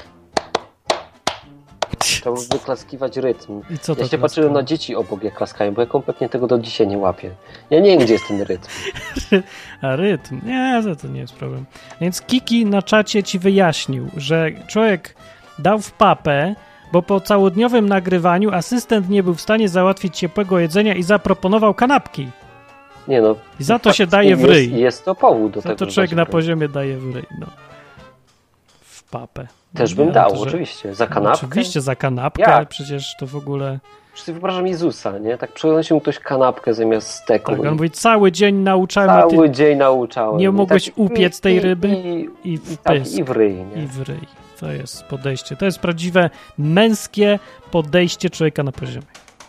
Trzeba było wyklaskiwać rytm. I co to ja się klaskało? patrzyłem na dzieci obok, jak klaskają, bo ja kompletnie tego do dzisiaj nie łapię. Ja nie wiem, gdzie jest ten rytm. A rytm? Nie, to, to nie jest problem. Więc Kiki na czacie ci wyjaśnił, że człowiek dał w papę, bo po całodniowym nagrywaniu asystent nie był w stanie załatwić ciepłego jedzenia i zaproponował kanapki. Nie no. I za to się daje w ryj. Jest, jest to powód do za tego. to człowiek na poziomie daje w ryj. No. W papę. Też no, bym nie, dał, to, że... oczywiście. Za kanapkę? Oczywiście, za kanapkę. Jak? Przecież to w ogóle... Przecież sobie wyobrażam Jezusa, nie? Tak przynosi mu ktoś kanapkę zamiast steku. Tak, on mówi, cały dzień nauczałem... Cały a ty dzień nauczałem. nie mogłeś tak, upiec tej i, ryby I, i w i, tak, pysk. i w ryj, nie? I w ryj. To jest podejście. To jest prawdziwe męskie podejście człowieka na poziomie.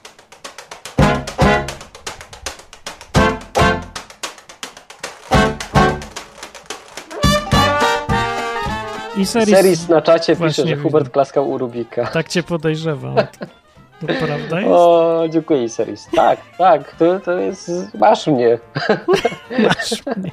I seris, Seris na czacie pisze, Właśnie że widzę. Hubert klaskał u Rubika. Tak cię podejrzewam. To prawda jest? O, dziękuję Seris. Tak, tak, to, to jest... Masz mnie. Masz mnie.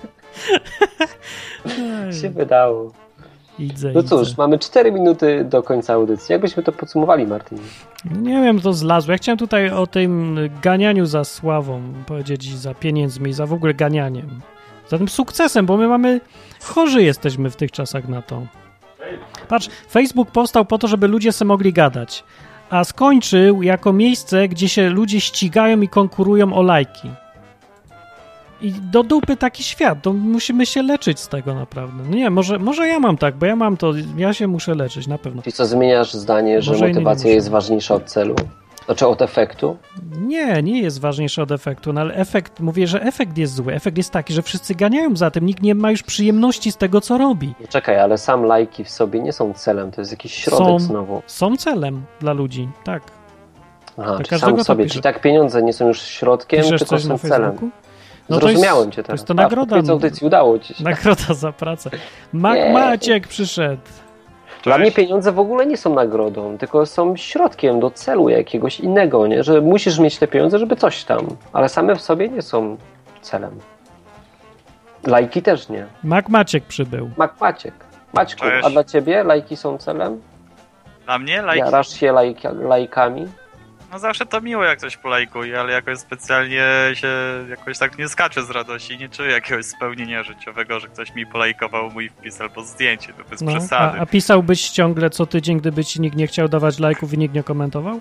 się wydało. Idzę, No cóż, idzę. mamy cztery minuty do końca audycji. Jakbyśmy to podsumowali, Martin? Nie wiem, to zlazło. Ja chciałem tutaj o tym ganianiu za sławą powiedzieć, za pieniędzmi, za w ogóle ganianiem. Za tym sukcesem, bo my mamy... Chorzy jesteśmy w tych czasach na to. Patrz, Facebook powstał po to, żeby ludzie sobie mogli gadać, a skończył jako miejsce, gdzie się ludzie ścigają i konkurują o lajki. I do dupy taki świat, to musimy się leczyć z tego naprawdę. No nie, może, może ja mam tak, bo ja mam to, ja się muszę leczyć, na pewno. Czyli co, zmieniasz zdanie, że Może inni motywacja nie jest muszą. ważniejsza od celu? Znaczy od efektu? Nie, nie jest ważniejszy od efektu, no ale efekt, mówię, że efekt jest zły. Efekt jest taki, że wszyscy ganiają za tym, nikt nie ma już przyjemności z tego, co robi. No czekaj, ale sam lajki w sobie nie są celem, to jest jakiś środek Są. znowu. Są celem dla ludzi, tak. Aha, Dla czyli każdego sam to w sobie, pisze. czyli tak pieniądze nie są już środkiem, Piszesz tylko coś są na celem. Facebooku? No Zrozumiałem to jest, cię teraz. To jest to A, nagroda. w audycji udało ci się. Nagroda za pracę. Mac Nie. Maciek przyszedł. Dla mnie pieniądze w ogóle nie są nagrodą, tylko są środkiem do celu jakiegoś innego, nie? Że musisz mieć te pieniądze, żeby coś tam, ale same w sobie nie są celem. Lajki też nie. Mac Maciek przybył. Mak Maciek. Maćku, Cześć. a dla ciebie lajki są celem? Dla mnie lajki? Jarasz się lajka, lajkami? No zawsze to miło, jak ktoś polajkuje, ale jakoś specjalnie się jakoś tak nie skaczę z radości i nie czuję jakiegoś spełnienia życiowego, że ktoś mi polajkował mój wpis albo zdjęcie, to bez No, a, przesady. a pisałbyś ciągle co tydzień, gdyby ci nikt nie chciał dawać lajków i nikt nie komentował?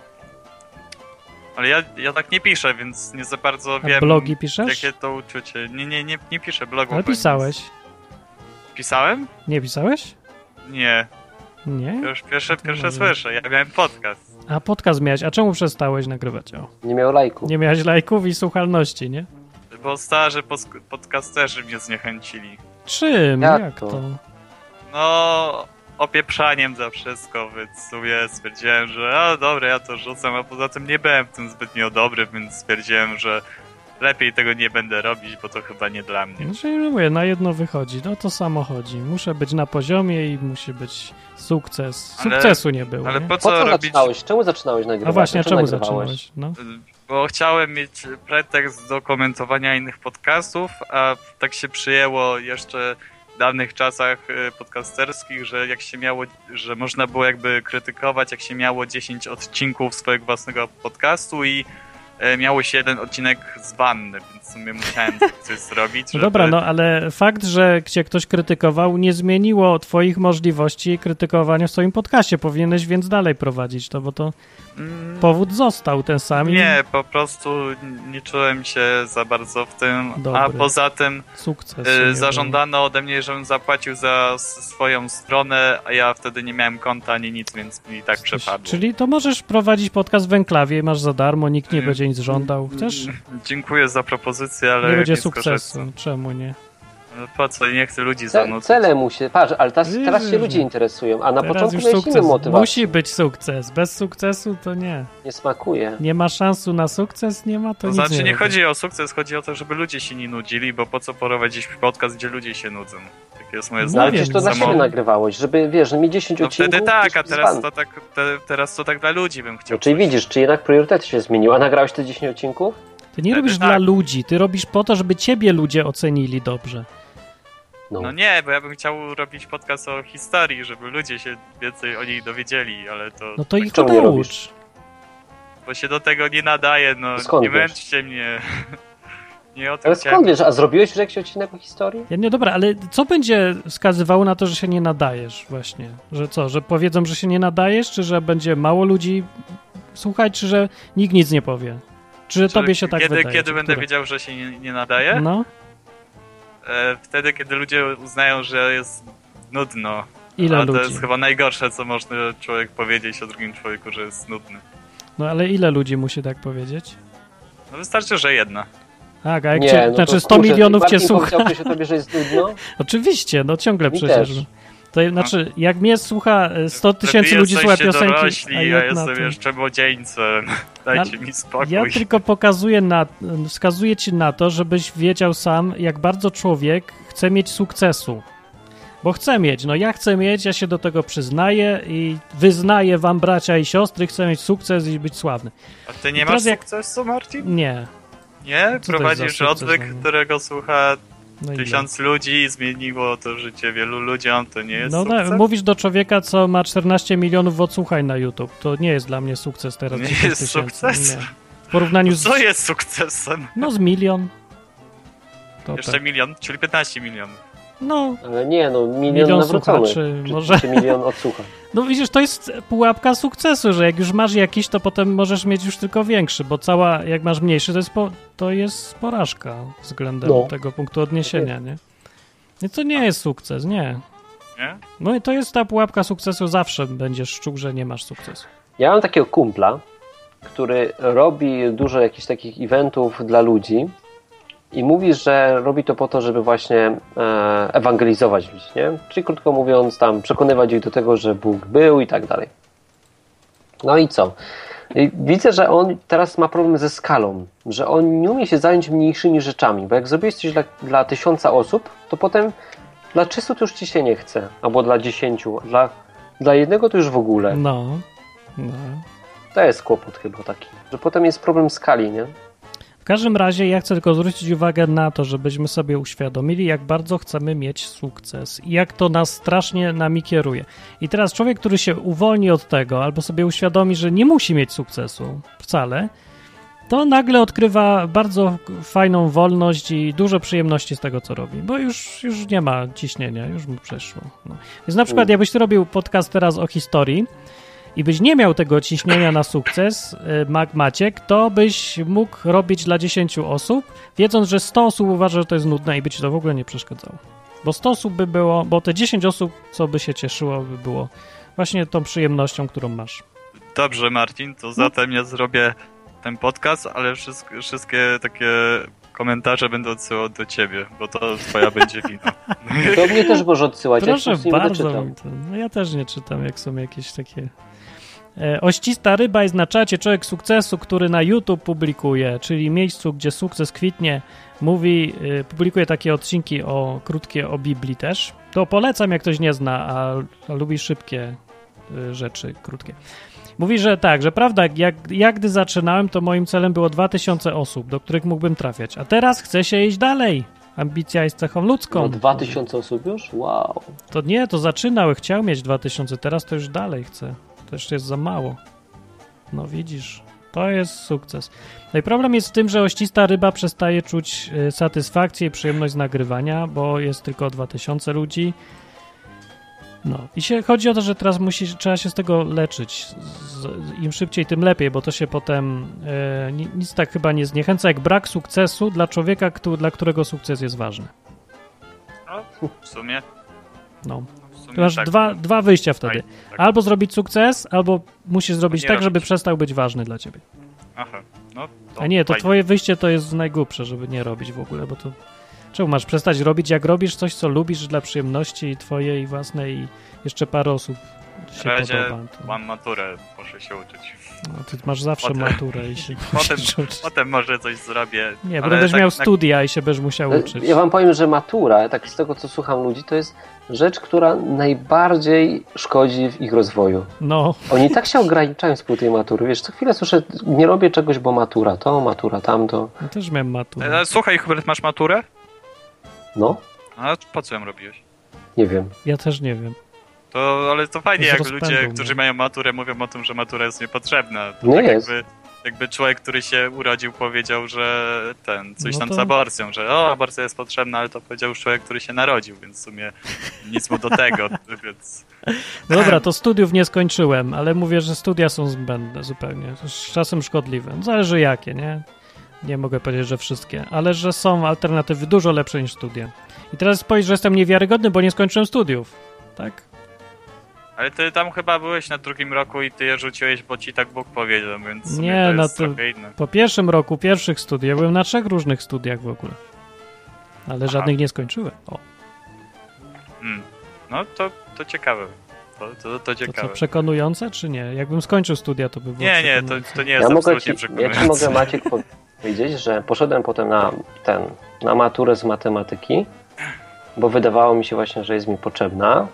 Ale ja, ja tak nie piszę, więc nie za bardzo A wiem, blogi piszesz? jakie to uczucie. Nie, nie, nie, nie piszę blogów. Ale bo nic. pisałeś. Pisałem? Nie pisałeś? Nie. Nie? Już pierwsze, To pierwsze może- słyszę. Ja miałem podcast. A podcast miałeś. A czemu przestałeś nagrywać? O. Nie miał lajku. Nie miałeś lajków i słuchalności, nie? Bo starzy posk- podcasterzy mnie zniechęcili. Czym? Jak Jak, to? to? No, opieprzaniem za wszystko, więc w sumie stwierdziłem, że a dobra, ja to rzucam, a poza tym nie byłem w tym zbytnio dobry, więc stwierdziłem, że lepiej tego nie będę robić, bo to chyba nie dla mnie. Znaczy, no mówię, na jedno wychodzi. No to samo chodzi. Muszę być na poziomie i musi być sukces. Ale- Sukcesu nie było, Ale nie? po Po co co robić? zaczynałeś? Czemu zaczynałeś nagrywać? A właśnie, a Dlaczego czemu nagrywałeś? zaczynałeś? No. Bo chciałem mieć pretekst do komentowania innych podcastów, a tak się przyjęło jeszcze w dawnych czasach e, podcasterskich, że jak się miało, że można było jakby krytykować, jak się miało dziesięć odcinków swojego własnego podcastu i e, miało się jeden odcinek z wanny, więc w sumie musiałem coś zrobić. No żeby... dobra, no ale fakt, że cię ktoś krytykował, nie zmieniło twoich możliwości krytykowania w swoim podcaście. Powinieneś więc dalej prowadzić to, bo to Mm, powód został ten sam i Nie, po prostu nie czułem się za bardzo w tym, a Dobry. poza tym sukces. e, zażądano ode mnie, żebym zapłacił za s- swoją stronę, a ja wtedy nie miałem konta ani nic, więc mi tak przepadło. Czyli to możesz prowadzić podcast w enklawie, masz za darmo, nikt nie Mm. będzie nic żądał. Chcesz? Dziękuję za propozycję, ale Nie będzie nie sukcesu. skorzystam. Czemu nie? No po co? Nie chcę ludzi Ce- zanudzać. cele mu się... Patrz, ale teraz, teraz się Jezu. ludzie interesują, a na Teraz początku już miałeś sukces. inną motywację. Musi być sukces. Bez sukcesu to nie. Nie smakuje. Nie ma szansu na sukces, nie ma to To nic znaczy nie robi. chodzi o sukces, chodzi o to, żeby ludzie się nie nudzili, bo po co prowadzić podcast, gdzie ludzie się nudzą? Tak Takie jest moje No, No ale zdanie. przecież to dla Samo- siebie nagrywałeś, żeby, wiesz, że mi dziesięć No odcinków... wtedy tak, a gdzieś teraz dzban. to tak, te, teraz to tak dla ludzi bym chciał. No, czyli coś. widzisz, czy jednak priorytety się zmieniły. A nagrałeś te dziesięć odcinków? Ty nie Wtedy robisz tak. dla ludzi, ty robisz po to, żeby ciebie ludzie ocenili dobrze. No. No nie, bo ja bym chciał robić podcast o historii, żeby ludzie się więcej o niej dowiedzieli, ale to... No to ich czemu nie naucz. robisz? Bo się do tego nie nadaje, no Skąd nie wiesz? męczcie mnie. Nie o tym Ale chciałem. skąd wiesz? A zrobiłeś już jakiś odcinek o historii? Ja nie, dobra, ale co będzie wskazywało na to, że się nie nadajesz właśnie? Że co, że powiedzą, że się nie nadajesz, czy że będzie mało ludzi słuchać, czy że nikt nic nie powie? Czy że Czy tobie się tak kiedy, wydaje? Kiedy czy będę które? wiedział, że się nie, nie nadaje? No, E, wtedy, kiedy ludzie uznają, że jest nudno. ile A to ludzi? jest chyba najgorsze, co można człowiek powiedzieć o drugim człowieku, że jest nudny. No ale ile ludzi musi tak powiedzieć? No wystarczy, że jedna. Tak, a jak Nie, cię, no znaczy to, sto kurczę, milionów cię Martin słucha. powiedział ktoś o tobie, że jest nudno? Oczywiście, no ciągle Mi przecież. też. To znaczy, jak mnie słucha e, sto Wtedy tysięcy ludzi słucha jesteście piosenki, dorośli, a a jedna jestem to... jeszcze młodzieńcem. Dajcie mi spokój. Ja tylko pokazuję na, wskazuję ci na to, żebyś wiedział sam, jak bardzo człowiek chce mieć sukcesu. Bo chce mieć, no ja chcę mieć, ja się do tego przyznaję i wyznaję wam, bracia i siostry, chcę mieć sukces i być sławny. A ty nie I masz teraz jak- sukcesu, Martin? Nie. Nie? Co to Prowadzisz jest za sukces, odwyk, no? którego słucha No ile? tysiąc ludzi i zmieniło to życie wielu ludziom, to nie jest No sukces? tak, mówisz do człowieka, co ma czternaście milionów odsłuchań na YouTube. To nie jest dla mnie sukces teraz. Nie dziesięć jest tysięcy. sukces? Nie. W porównaniu z... Co jest sukcesem? No z milion. To Jeszcze tak. milion, czyli piętnaście milionów. No, Ale nie, no milion, Milion nawróconych. słuchaczy, Czy, może- czy milion odsłuchań. no widzisz, to jest pułapka sukcesu, że jak już masz jakiś, to potem możesz mieć już tylko większy, bo cała, jak masz mniejszy, to jest, po, to jest porażka względem No. tego punktu odniesienia, nie? I to nie jest sukces, nie. Nie? No i to jest ta pułapka sukcesu, zawsze będziesz czuł, że nie masz sukcesu. Ja mam takiego kumpla, który robi dużo jakichś takich eventów dla ludzi i mówi, że robi to po to, żeby właśnie e, ewangelizować ludzi, nie? Czyli krótko mówiąc, tam przekonywać ich do tego, że Bóg był i tak dalej. No i co? I widzę, że on teraz ma problem ze skalą, że on nie umie się zająć mniejszymi rzeczami, bo jak zrobiłeś coś dla, dla tysiąca osób, to potem dla trzystu to już ci się nie chce, albo dla dziesięciu, dla, dla jednego to już w ogóle. No, no. To jest kłopot chyba taki, że potem jest problem skali, nie? W każdym razie ja chcę tylko zwrócić uwagę na to, żebyśmy sobie uświadomili, jak bardzo chcemy mieć sukces i jak to nas strasznie nami kieruje. I teraz człowiek, który się uwolni od tego albo sobie uświadomi, że nie musi mieć sukcesu wcale, to nagle odkrywa bardzo fajną wolność i dużo przyjemności z tego, co robi, bo już, już nie ma ciśnienia, już mu przeszło. No. Więc na przykład, jakbyś ty robił podcast teraz o historii i byś nie miał tego ciśnienia na sukces, Mac Maciek, to byś mógł robić dla dziesięciu osób, wiedząc, że sto osób uważa, że to jest nudne i by ci to w ogóle nie przeszkadzało. Bo sto osób by było, bo te dziesięć osób, co by się cieszyło, by było właśnie tą przyjemnością, którą masz. Dobrze, Marcin, to zatem ja zrobię ten podcast, ale wszystkie, wszystkie takie komentarze będę odsyłał do ciebie, bo to twoja będzie wina. Do mnie też może odsyłać, Proszę ja po prostu nie będę bardzo. czytał. mi to- No ja też nie czytam, jak są jakieś takie... E, Oścista ryba jest na czacie człowiek sukcesu, który na YouTube publikuje, czyli miejscu, gdzie sukces kwitnie, mówi, y, publikuje takie odcinki o krótkie o Biblii też. To polecam, jak ktoś nie zna, a, a lubi szybkie y, rzeczy, krótkie. Mówi, że tak, że prawda, jak, jak gdy zaczynałem, to moim celem było dwa tysiące osób, do których mógłbym trafiać, a teraz chce się iść dalej. Ambicja jest cechą ludzką. No dwa tysiące osób już? Wow. To nie, to zaczynał, chciał mieć dwa tysiące, teraz to już dalej chce. To jeszcze jest za mało. No widzisz, to jest sukces. No i problem jest w tym, że oścista ryba przestaje czuć y, satysfakcję i przyjemność z nagrywania, bo jest tylko dwa tysiące ludzi. No i się chodzi o to, że teraz musi, trzeba się z tego leczyć. Z, Im szybciej, tym lepiej, bo to się potem y, ni- nic tak chyba nie zniechęca, jak brak sukcesu dla człowieka, kto, dla którego sukces jest ważny. No, w sumie. No. W sumie Tu masz tak. dwa, dwa wyjścia wtedy. Aj, tak. Albo zrobić sukces, albo musisz zrobić Nie tak, żeby robić. przestał być ważny dla ciebie. Aha, no to A nie, to fajnie. twoje wyjście to jest najgłupsze, żeby nie robić w ogóle, bo to... Czemu masz przestać robić, jak robisz coś, co lubisz dla przyjemności twojej własnej i jeszcze parę osób się Na razie podoba. To... mam maturę, muszę się uczyć. No, ty masz zawsze Potem- maturę i się Potem, musisz uczyć. potem może coś zrobię. Nie, bo ale będziesz tak miał na- studia i się będziesz musiał uczyć. Ja wam powiem, że matura, tak z tego co słucham ludzi, to jest rzecz, która najbardziej szkodzi w ich rozwoju. No, Oni tak się ograniczają z pół tej matury. Wiesz, co chwilę słyszę, nie robię czegoś, bo matura to, matura tamto. ja też miałem maturę. E, Słuchaj, Hubert, masz maturę? No, A po co ją robiłeś? nie wiem. Ja też nie wiem. To, ale to fajnie, Z jak rozpędu, ludzie, no. którzy mają maturę, mówią o tym, że matura jest niepotrzebna. To Nie tak jest. Jakby, jakby człowiek, który się urodził, powiedział, że ten, coś No tam to- z aborcją, że o, aborcja jest potrzebna, ale to powiedział już człowiek, który się narodził, więc w sumie nic mu do tego, więc... No dobra, to studiów nie skończyłem, ale mówię, że studia są zbędne zupełnie. To jest czasem szkodliwe. Zależy jakie, nie? Nie mogę powiedzieć, że wszystkie, ale że są alternatywy dużo lepsze niż studia. I teraz powiedz, że jestem niewiarygodny, bo nie skończyłem studiów. Tak? Ale ty tam chyba byłeś na drugim roku i ty je rzuciłeś, bo ci tak Bóg powiedział, więc w sumie Nie, to no jest to- trochę inne. Po pierwszym roku pierwszych studiów byłem na trzech różnych studiach w ogóle. Ale Aha. żadnych nie skończyłem. O, Hmm. No to, to ciekawe. To, to, to to ciekawe. co, przekonujące czy nie? Jakbym skończył studia, to by było Nie, nie, to, przekonujące. to nie jest Ja mogę, absolutnie ci, ja przekonujące. ci mogę, Maciek, powiedzieć, że poszedłem potem na ten, na maturę z matematyki, bo wydawało mi się właśnie, że jest mi potrzebna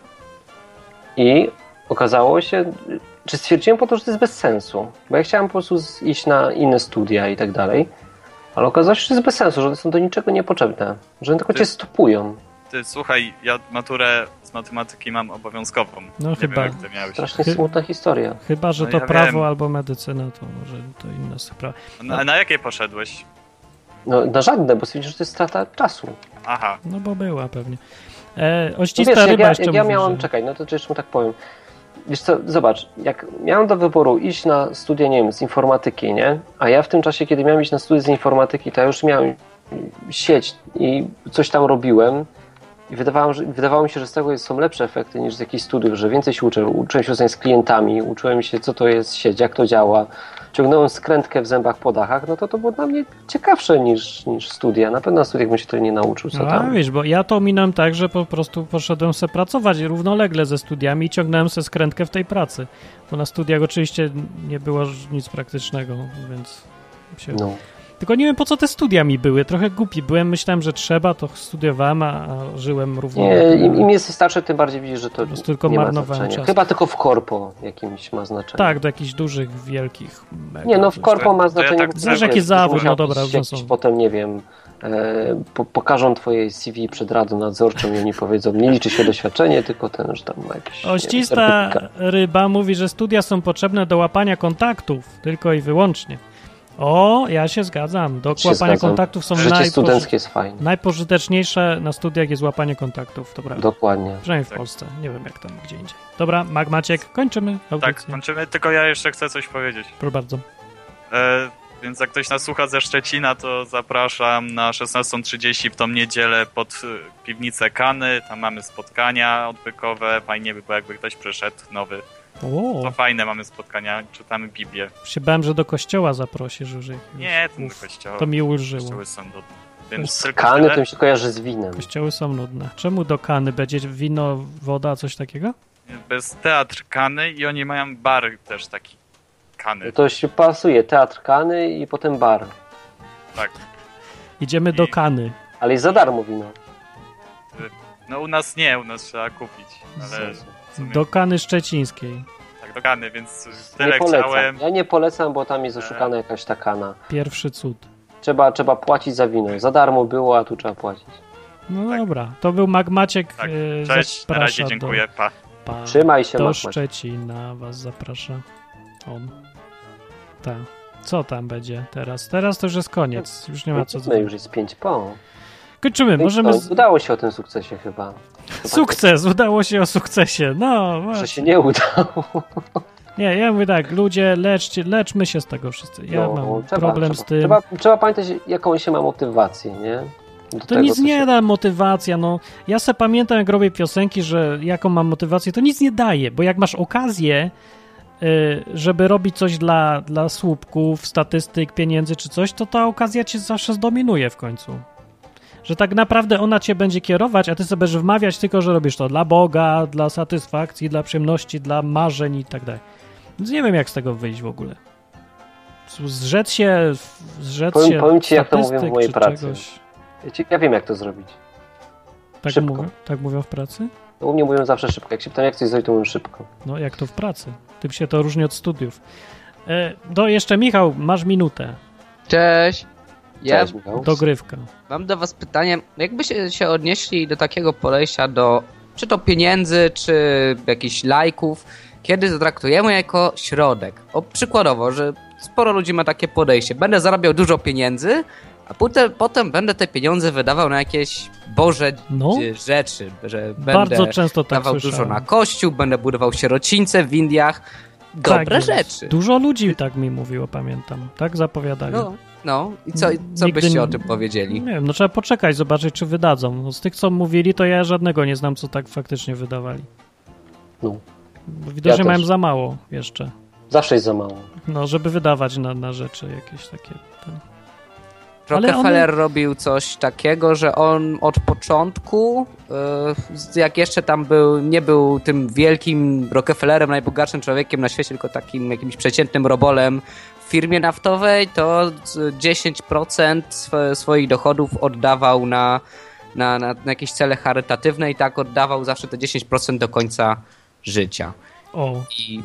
i okazało się, czy stwierdziłem po to, że to jest bez sensu, bo ja chciałem po prostu z- iść na inne studia i tak dalej, ale okazało się, że to jest bez sensu, że one są do niczego niepotrzebne, że one tylko Ty- cię stopują. Ty, słuchaj, ja maturę z matematyki mam obowiązkową. No nie chyba. Wiem, jak ty miałeś. Strasznie Chy- smutna historia. Chyba, że No to ja prawo wiem. albo medycyna, to może to inna sprawa. Na, na jakie poszedłeś? No, na żadne, bo stwierdziłem, że to jest strata czasu. Aha. No bo była pewnie. E, No oścista wiesz, jak ryba ja, jeszcze jak ja mówi, miałem, że... czekaj, no to jeszcze mu tak powiem. Wiesz co, zobacz, jak miałem do wyboru iść na studia, nie wiem, z informatyki, nie? A ja w tym czasie, kiedy miałem iść na studia z informatyki, to ja już miałem sieć i coś tam robiłem i wydawało, że, wydawało mi się, że z tego są lepsze efekty niż z jakichś studiów, że więcej się uczę. Uczyłem się z klientami, uczyłem się, co to jest sieć, jak to działa. Ciągnąłem skrętkę w zębach po dachach, no to to było dla mnie ciekawsze niż, niż studia. Na pewno na studiach bym się tego nie nauczył, co A tam. wiesz, bo ja to minąłem tak, że po prostu poszedłem se pracować równolegle ze studiami i ciągnąłem se skrętkę w tej pracy. Bo na studiach oczywiście nie było nic praktycznego, więc się... No. Tylko nie wiem, po co te studia mi były. Trochę głupi byłem, myślałem, że trzeba, to studiowałem, a, a żyłem Nie, równolegle. im, im jesteś starszy, tym bardziej widzisz, że to Po prostu tylko nie ma marnowałem znaczenia. czas. Chyba tylko w korpo jakimś ma znaczenie. Tak, do jakichś dużych, wielkich... mega Nie, no w coś. korpo ma To ja znaczenie. tak- bo Zależy, to jaki jest- zawód, musiał no dobra, iść różne jakiś są. potem, nie wiem, e, po, pokażą twoje C V przed radą nadzorczą i oni powiedzą, nie liczy się doświadczenie, tylko ten, że tam ma jakiś... Oścista nie wiem, ryba mówi, że studia są potrzebne do łapania kontaktów, tylko i wyłącznie. O, ja się zgadzam. Do Się łapania zgadzam. kontaktów są Życie najpoży- studenckie jest fajne. najpożyteczniejsze na studiach jest łapanie kontaktów, to prawda. Dokładnie. Przynajmniej w Tak. Polsce. Nie wiem jak tam gdzie indziej. Dobra, Mag Maciek, kończymy Tak, audycję. kończymy, tylko ja jeszcze chcę coś powiedzieć. Proszę bardzo. E, więc jak ktoś nas słucha ze Szczecina, to zapraszam na szesnasta trzydzieści w tą niedzielę pod e, piwnicę Kany. Tam mamy spotkania odwykowe. Fajnie by było, jakby ktoś przyszedł nowy. To O, fajne, mamy spotkania, czytamy Biblię. się bałem, że do kościoła zaprosisz już. ich- Nie, to do Uf, kościoła. To mi ulżyło. Kościoły są nudne. Więc tylko Kany tyle. to mi się kojarzy z winem. Kościoły są nudne. Czemu do Kany? Będzie wino, woda, coś takiego? Bez teatr Kany i oni mają bar też taki. Kany. To się pasuje, teatr Kany i potem bar. Tak. Idziemy do I- Kany. Ale jest za darmo wino. No u nas nie, u nas trzeba kupić. Ale w sumie, Do Kany Szczecińskiej. tak, do Kany, więc Nie tyle polecam. chciałem. Ja nie polecam, bo tam jest oszukana jakaś ta kana. Pierwszy cud. Trzeba, trzeba płacić za wino. Za darmo było, a tu trzeba płacić. No Tak. dobra, to był Mag Maciek. Tak, e, cześć, na razie, zaprasza dziękuję, pa. Do, pa, Trzymaj się, do Mag Maciek. Szczecina was zaprasza. On. Tak. Co tam będzie teraz? Teraz to już jest koniec. Już nie ma co No zrobić. już jest pięć po. Kończymy. Możemy... To Z... udało się o tym sukcesie chyba. Sukces! Udało się o sukcesie. No, Że właśnie. się nie udało. Nie, ja mówię tak, ludzie, leczcie, leczmy się z tego wszyscy. Ja No, mam trzeba, problem trzeba, z tym. Trzeba, trzeba pamiętać, jaką się ma motywację, nie? Do To tego, nic co nie się... da, motywacja, no. Ja se pamiętam, jak robię piosenki, że jaką mam motywację, to nic nie daje, bo jak masz okazję, y, żeby robić coś dla, dla słupków, statystyk, pieniędzy czy coś, to ta okazja cię zawsze zdominuje w końcu. że tak naprawdę ona cię będzie kierować, a ty sobie będziesz wmawiać tylko, że robisz to dla Boga, dla satysfakcji, dla przyjemności, dla marzeń i tak dalej. Więc nie wiem, jak z tego wyjść w ogóle. Zrzec się, zrzec powiem, się powiem ci, jak to mówią w mojej pracy. Czegoś. Ja, ci, ja wiem, jak to zrobić. Tak szybko. mówią, tak mówią w pracy? No, u mnie mówią zawsze szybko. Jak się pytam, jak coś zrobić, to mówią szybko. No, jak to w pracy. Tym się to różni od studiów. E, do jeszcze, Michał, masz minutę. Cześć. Ja Cześć, Michał. Dogrywka. mam do was pytanie, jakbyście się odnieśli do takiego podejścia do czy to pieniędzy, czy jakichś lajków, kiedy zatraktujemy jako środek. O, przykładowo, że sporo ludzi ma takie podejście. Będę zarabiał dużo pieniędzy, a potem, potem będę te pieniądze wydawał na jakieś Boże No. rzeczy, że Bardzo będę często tak dawał słyszałem. dużo na kościół, będę budował sierocińce w Indiach. Dobre Tak jest. rzeczy. Dużo ludzi tak mi mówiło, pamiętam. Tak zapowiadali. No, no. I co, co Nigdy byście nie- o tym powiedzieli? Nie wiem, no trzeba poczekać, zobaczyć, czy wydadzą. No, z tych, co mówili, to ja żadnego nie znam, co tak faktycznie wydawali. No. Bo widocznie Ja mają też. za mało jeszcze. Zawsze jest za mało. No, żeby wydawać na, na rzeczy jakieś takie. Ten. Ale Rockefeller one- robił coś takiego, że on od początku, yy, jak jeszcze tam był, nie był tym wielkim Rockefellerem, najbogatszym człowiekiem na świecie, tylko takim jakimś przeciętnym robolem w firmie naftowej, to z- dziesięć procent sw- swoich dochodów oddawał na, na, na, na jakieś cele charytatywne i tak oddawał zawsze te dziesięć procent do końca życia. O, I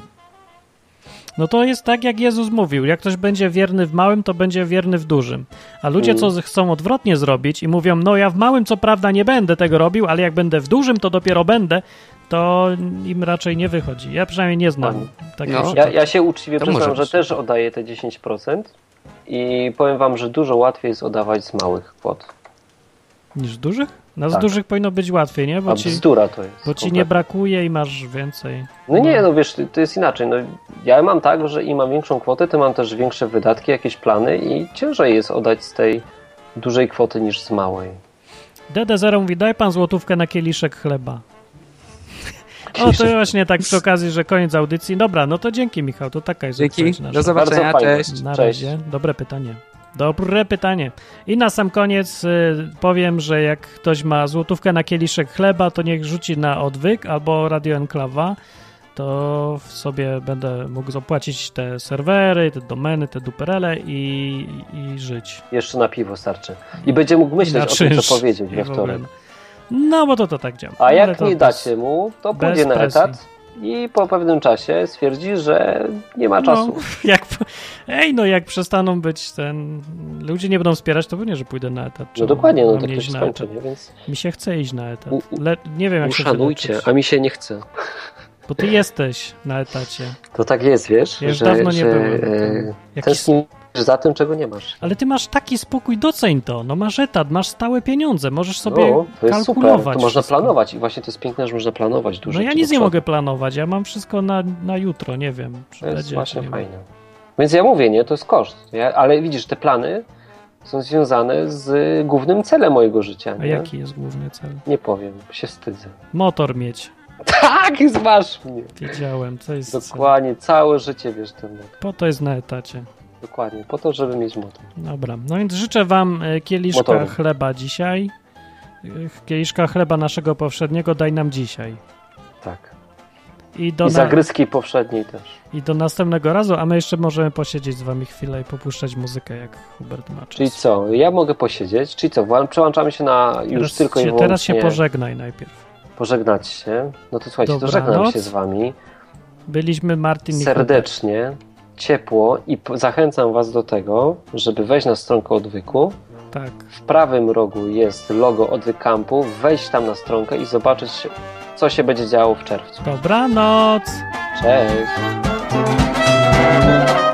no to jest tak, jak Jezus mówił. Jak ktoś będzie wierny w małym, to będzie wierny w dużym. A ludzie, co z- chcą odwrotnie zrobić i mówią, no ja w małym co prawda nie będę tego robił, ale jak będę w dużym, to dopiero będę, to im raczej nie wychodzi. Ja przynajmniej nie znam Fajnie. takiej No. rzeczy. Ja, ja się uczciwie To przyznam, może że być. też oddaję te dziesięć procent i powiem wam, że dużo łatwiej jest oddawać z małych kwot. Niż dużych? No z Tak. dużych powinno być łatwiej, nie? Bo A ci, bzdura to jest. bo ci nie kompletnie. brakuje i masz więcej. No nie, no wiesz, to jest inaczej. No, ja mam tak, że im mam większą kwotę, tym mam też większe wydatki, jakieś plany i ciężej jest oddać z tej dużej kwoty niż z małej. D D zero mówi, daj pan złotówkę na kieliszek chleba. O, to właśnie tak przy okazji, że koniec audycji. Dobra, no to dzięki, Michał, to taka jest dzięki, odpowiedź nasza. do zobaczenia, Bardzo fajnie. cześć. Na Cześć. razie. Dobre pytanie. Dobre pytanie. I na sam koniec y, powiem, że jak ktoś ma złotówkę na kieliszek chleba, to niech rzuci na odwyk albo Radio Enklawa, to sobie będę mógł zapłacić te serwery, te domeny, te duperele i, i żyć. Jeszcze na piwo starczy. I będzie mógł myśleć Na o tym, czynsz. co powiedzieć I we w ogóle. wtorek. No, bo to to tak działa. A Ale jak to nie bez- dacie mu, to bez pójdzie na presji. etat i po pewnym czasie stwierdzi, że nie ma czasu. No, jak, ej, no jak przestaną być ten... Ludzie nie będą wspierać, to pewnie, że pójdę na etat. No Czemu dokładnie, no mam tak nie to iść się na skończy, etat? nie? Więc Mi się chce iść na etat. U- Le, nie wiem, jak się uszanujcie, wyleczyć. a mi się nie chce. Bo ty jesteś na etacie. To tak jest, wiesz, Ja już że, dawno nie że byłem. e, Jakiś... tęsknisz za tym, czego nie masz. Ale ty masz taki spokój, doceń to. No masz etat, masz stałe pieniądze, możesz sobie No, to jest super, kalkulować to można wszystko. planować i właśnie to jest piękne, że można planować dużo. No ja do nic nie przodu. mogę planować, ja mam wszystko na, na jutro, nie wiem. To Będzie, jest czy właśnie nie fajne. Więc ja mówię, nie, to jest koszt. Ja, ale widzisz, te plany są związane z głównym celem mojego życia. A Nie, jaki jest główny cel? nie powiem, się wstydzę. Motor mieć. Tak, zmasz mnie. Wiedziałem, co jest cel. Dokładnie, całe życie wiesz ten motor. Po to jest na etacie. Dokładnie, po to, żeby mieć motor. Dobra, no więc życzę wam e, kieliszka Motoru. chleba dzisiaj. E, Kieliszka chleba naszego powszedniego daj nam dzisiaj. Tak. I do, I na, zagryzki powszedniej też. I do następnego razu, a my jeszcze możemy posiedzieć z wami chwilę i popuszczać muzykę, jak Hubert ma czas. Czyli co, ja mogę posiedzieć, czyli co, wła- przełączamy się na już teraz tylko i się, wyłącznie teraz się pożegnaj najpierw. pożegnać się. No to słuchajcie, to Dobranoc. żegnam się z wami Byliśmy Martin i Hubert. serdecznie, ciepło i po- zachęcam was do tego, żeby wejść na stronkę Odwyku. Tak. W prawym rogu jest logo Odwyk Campu, wejść tam na stronkę i zobaczyć, co się będzie działo w czerwcu. Dobranoc! Cześć!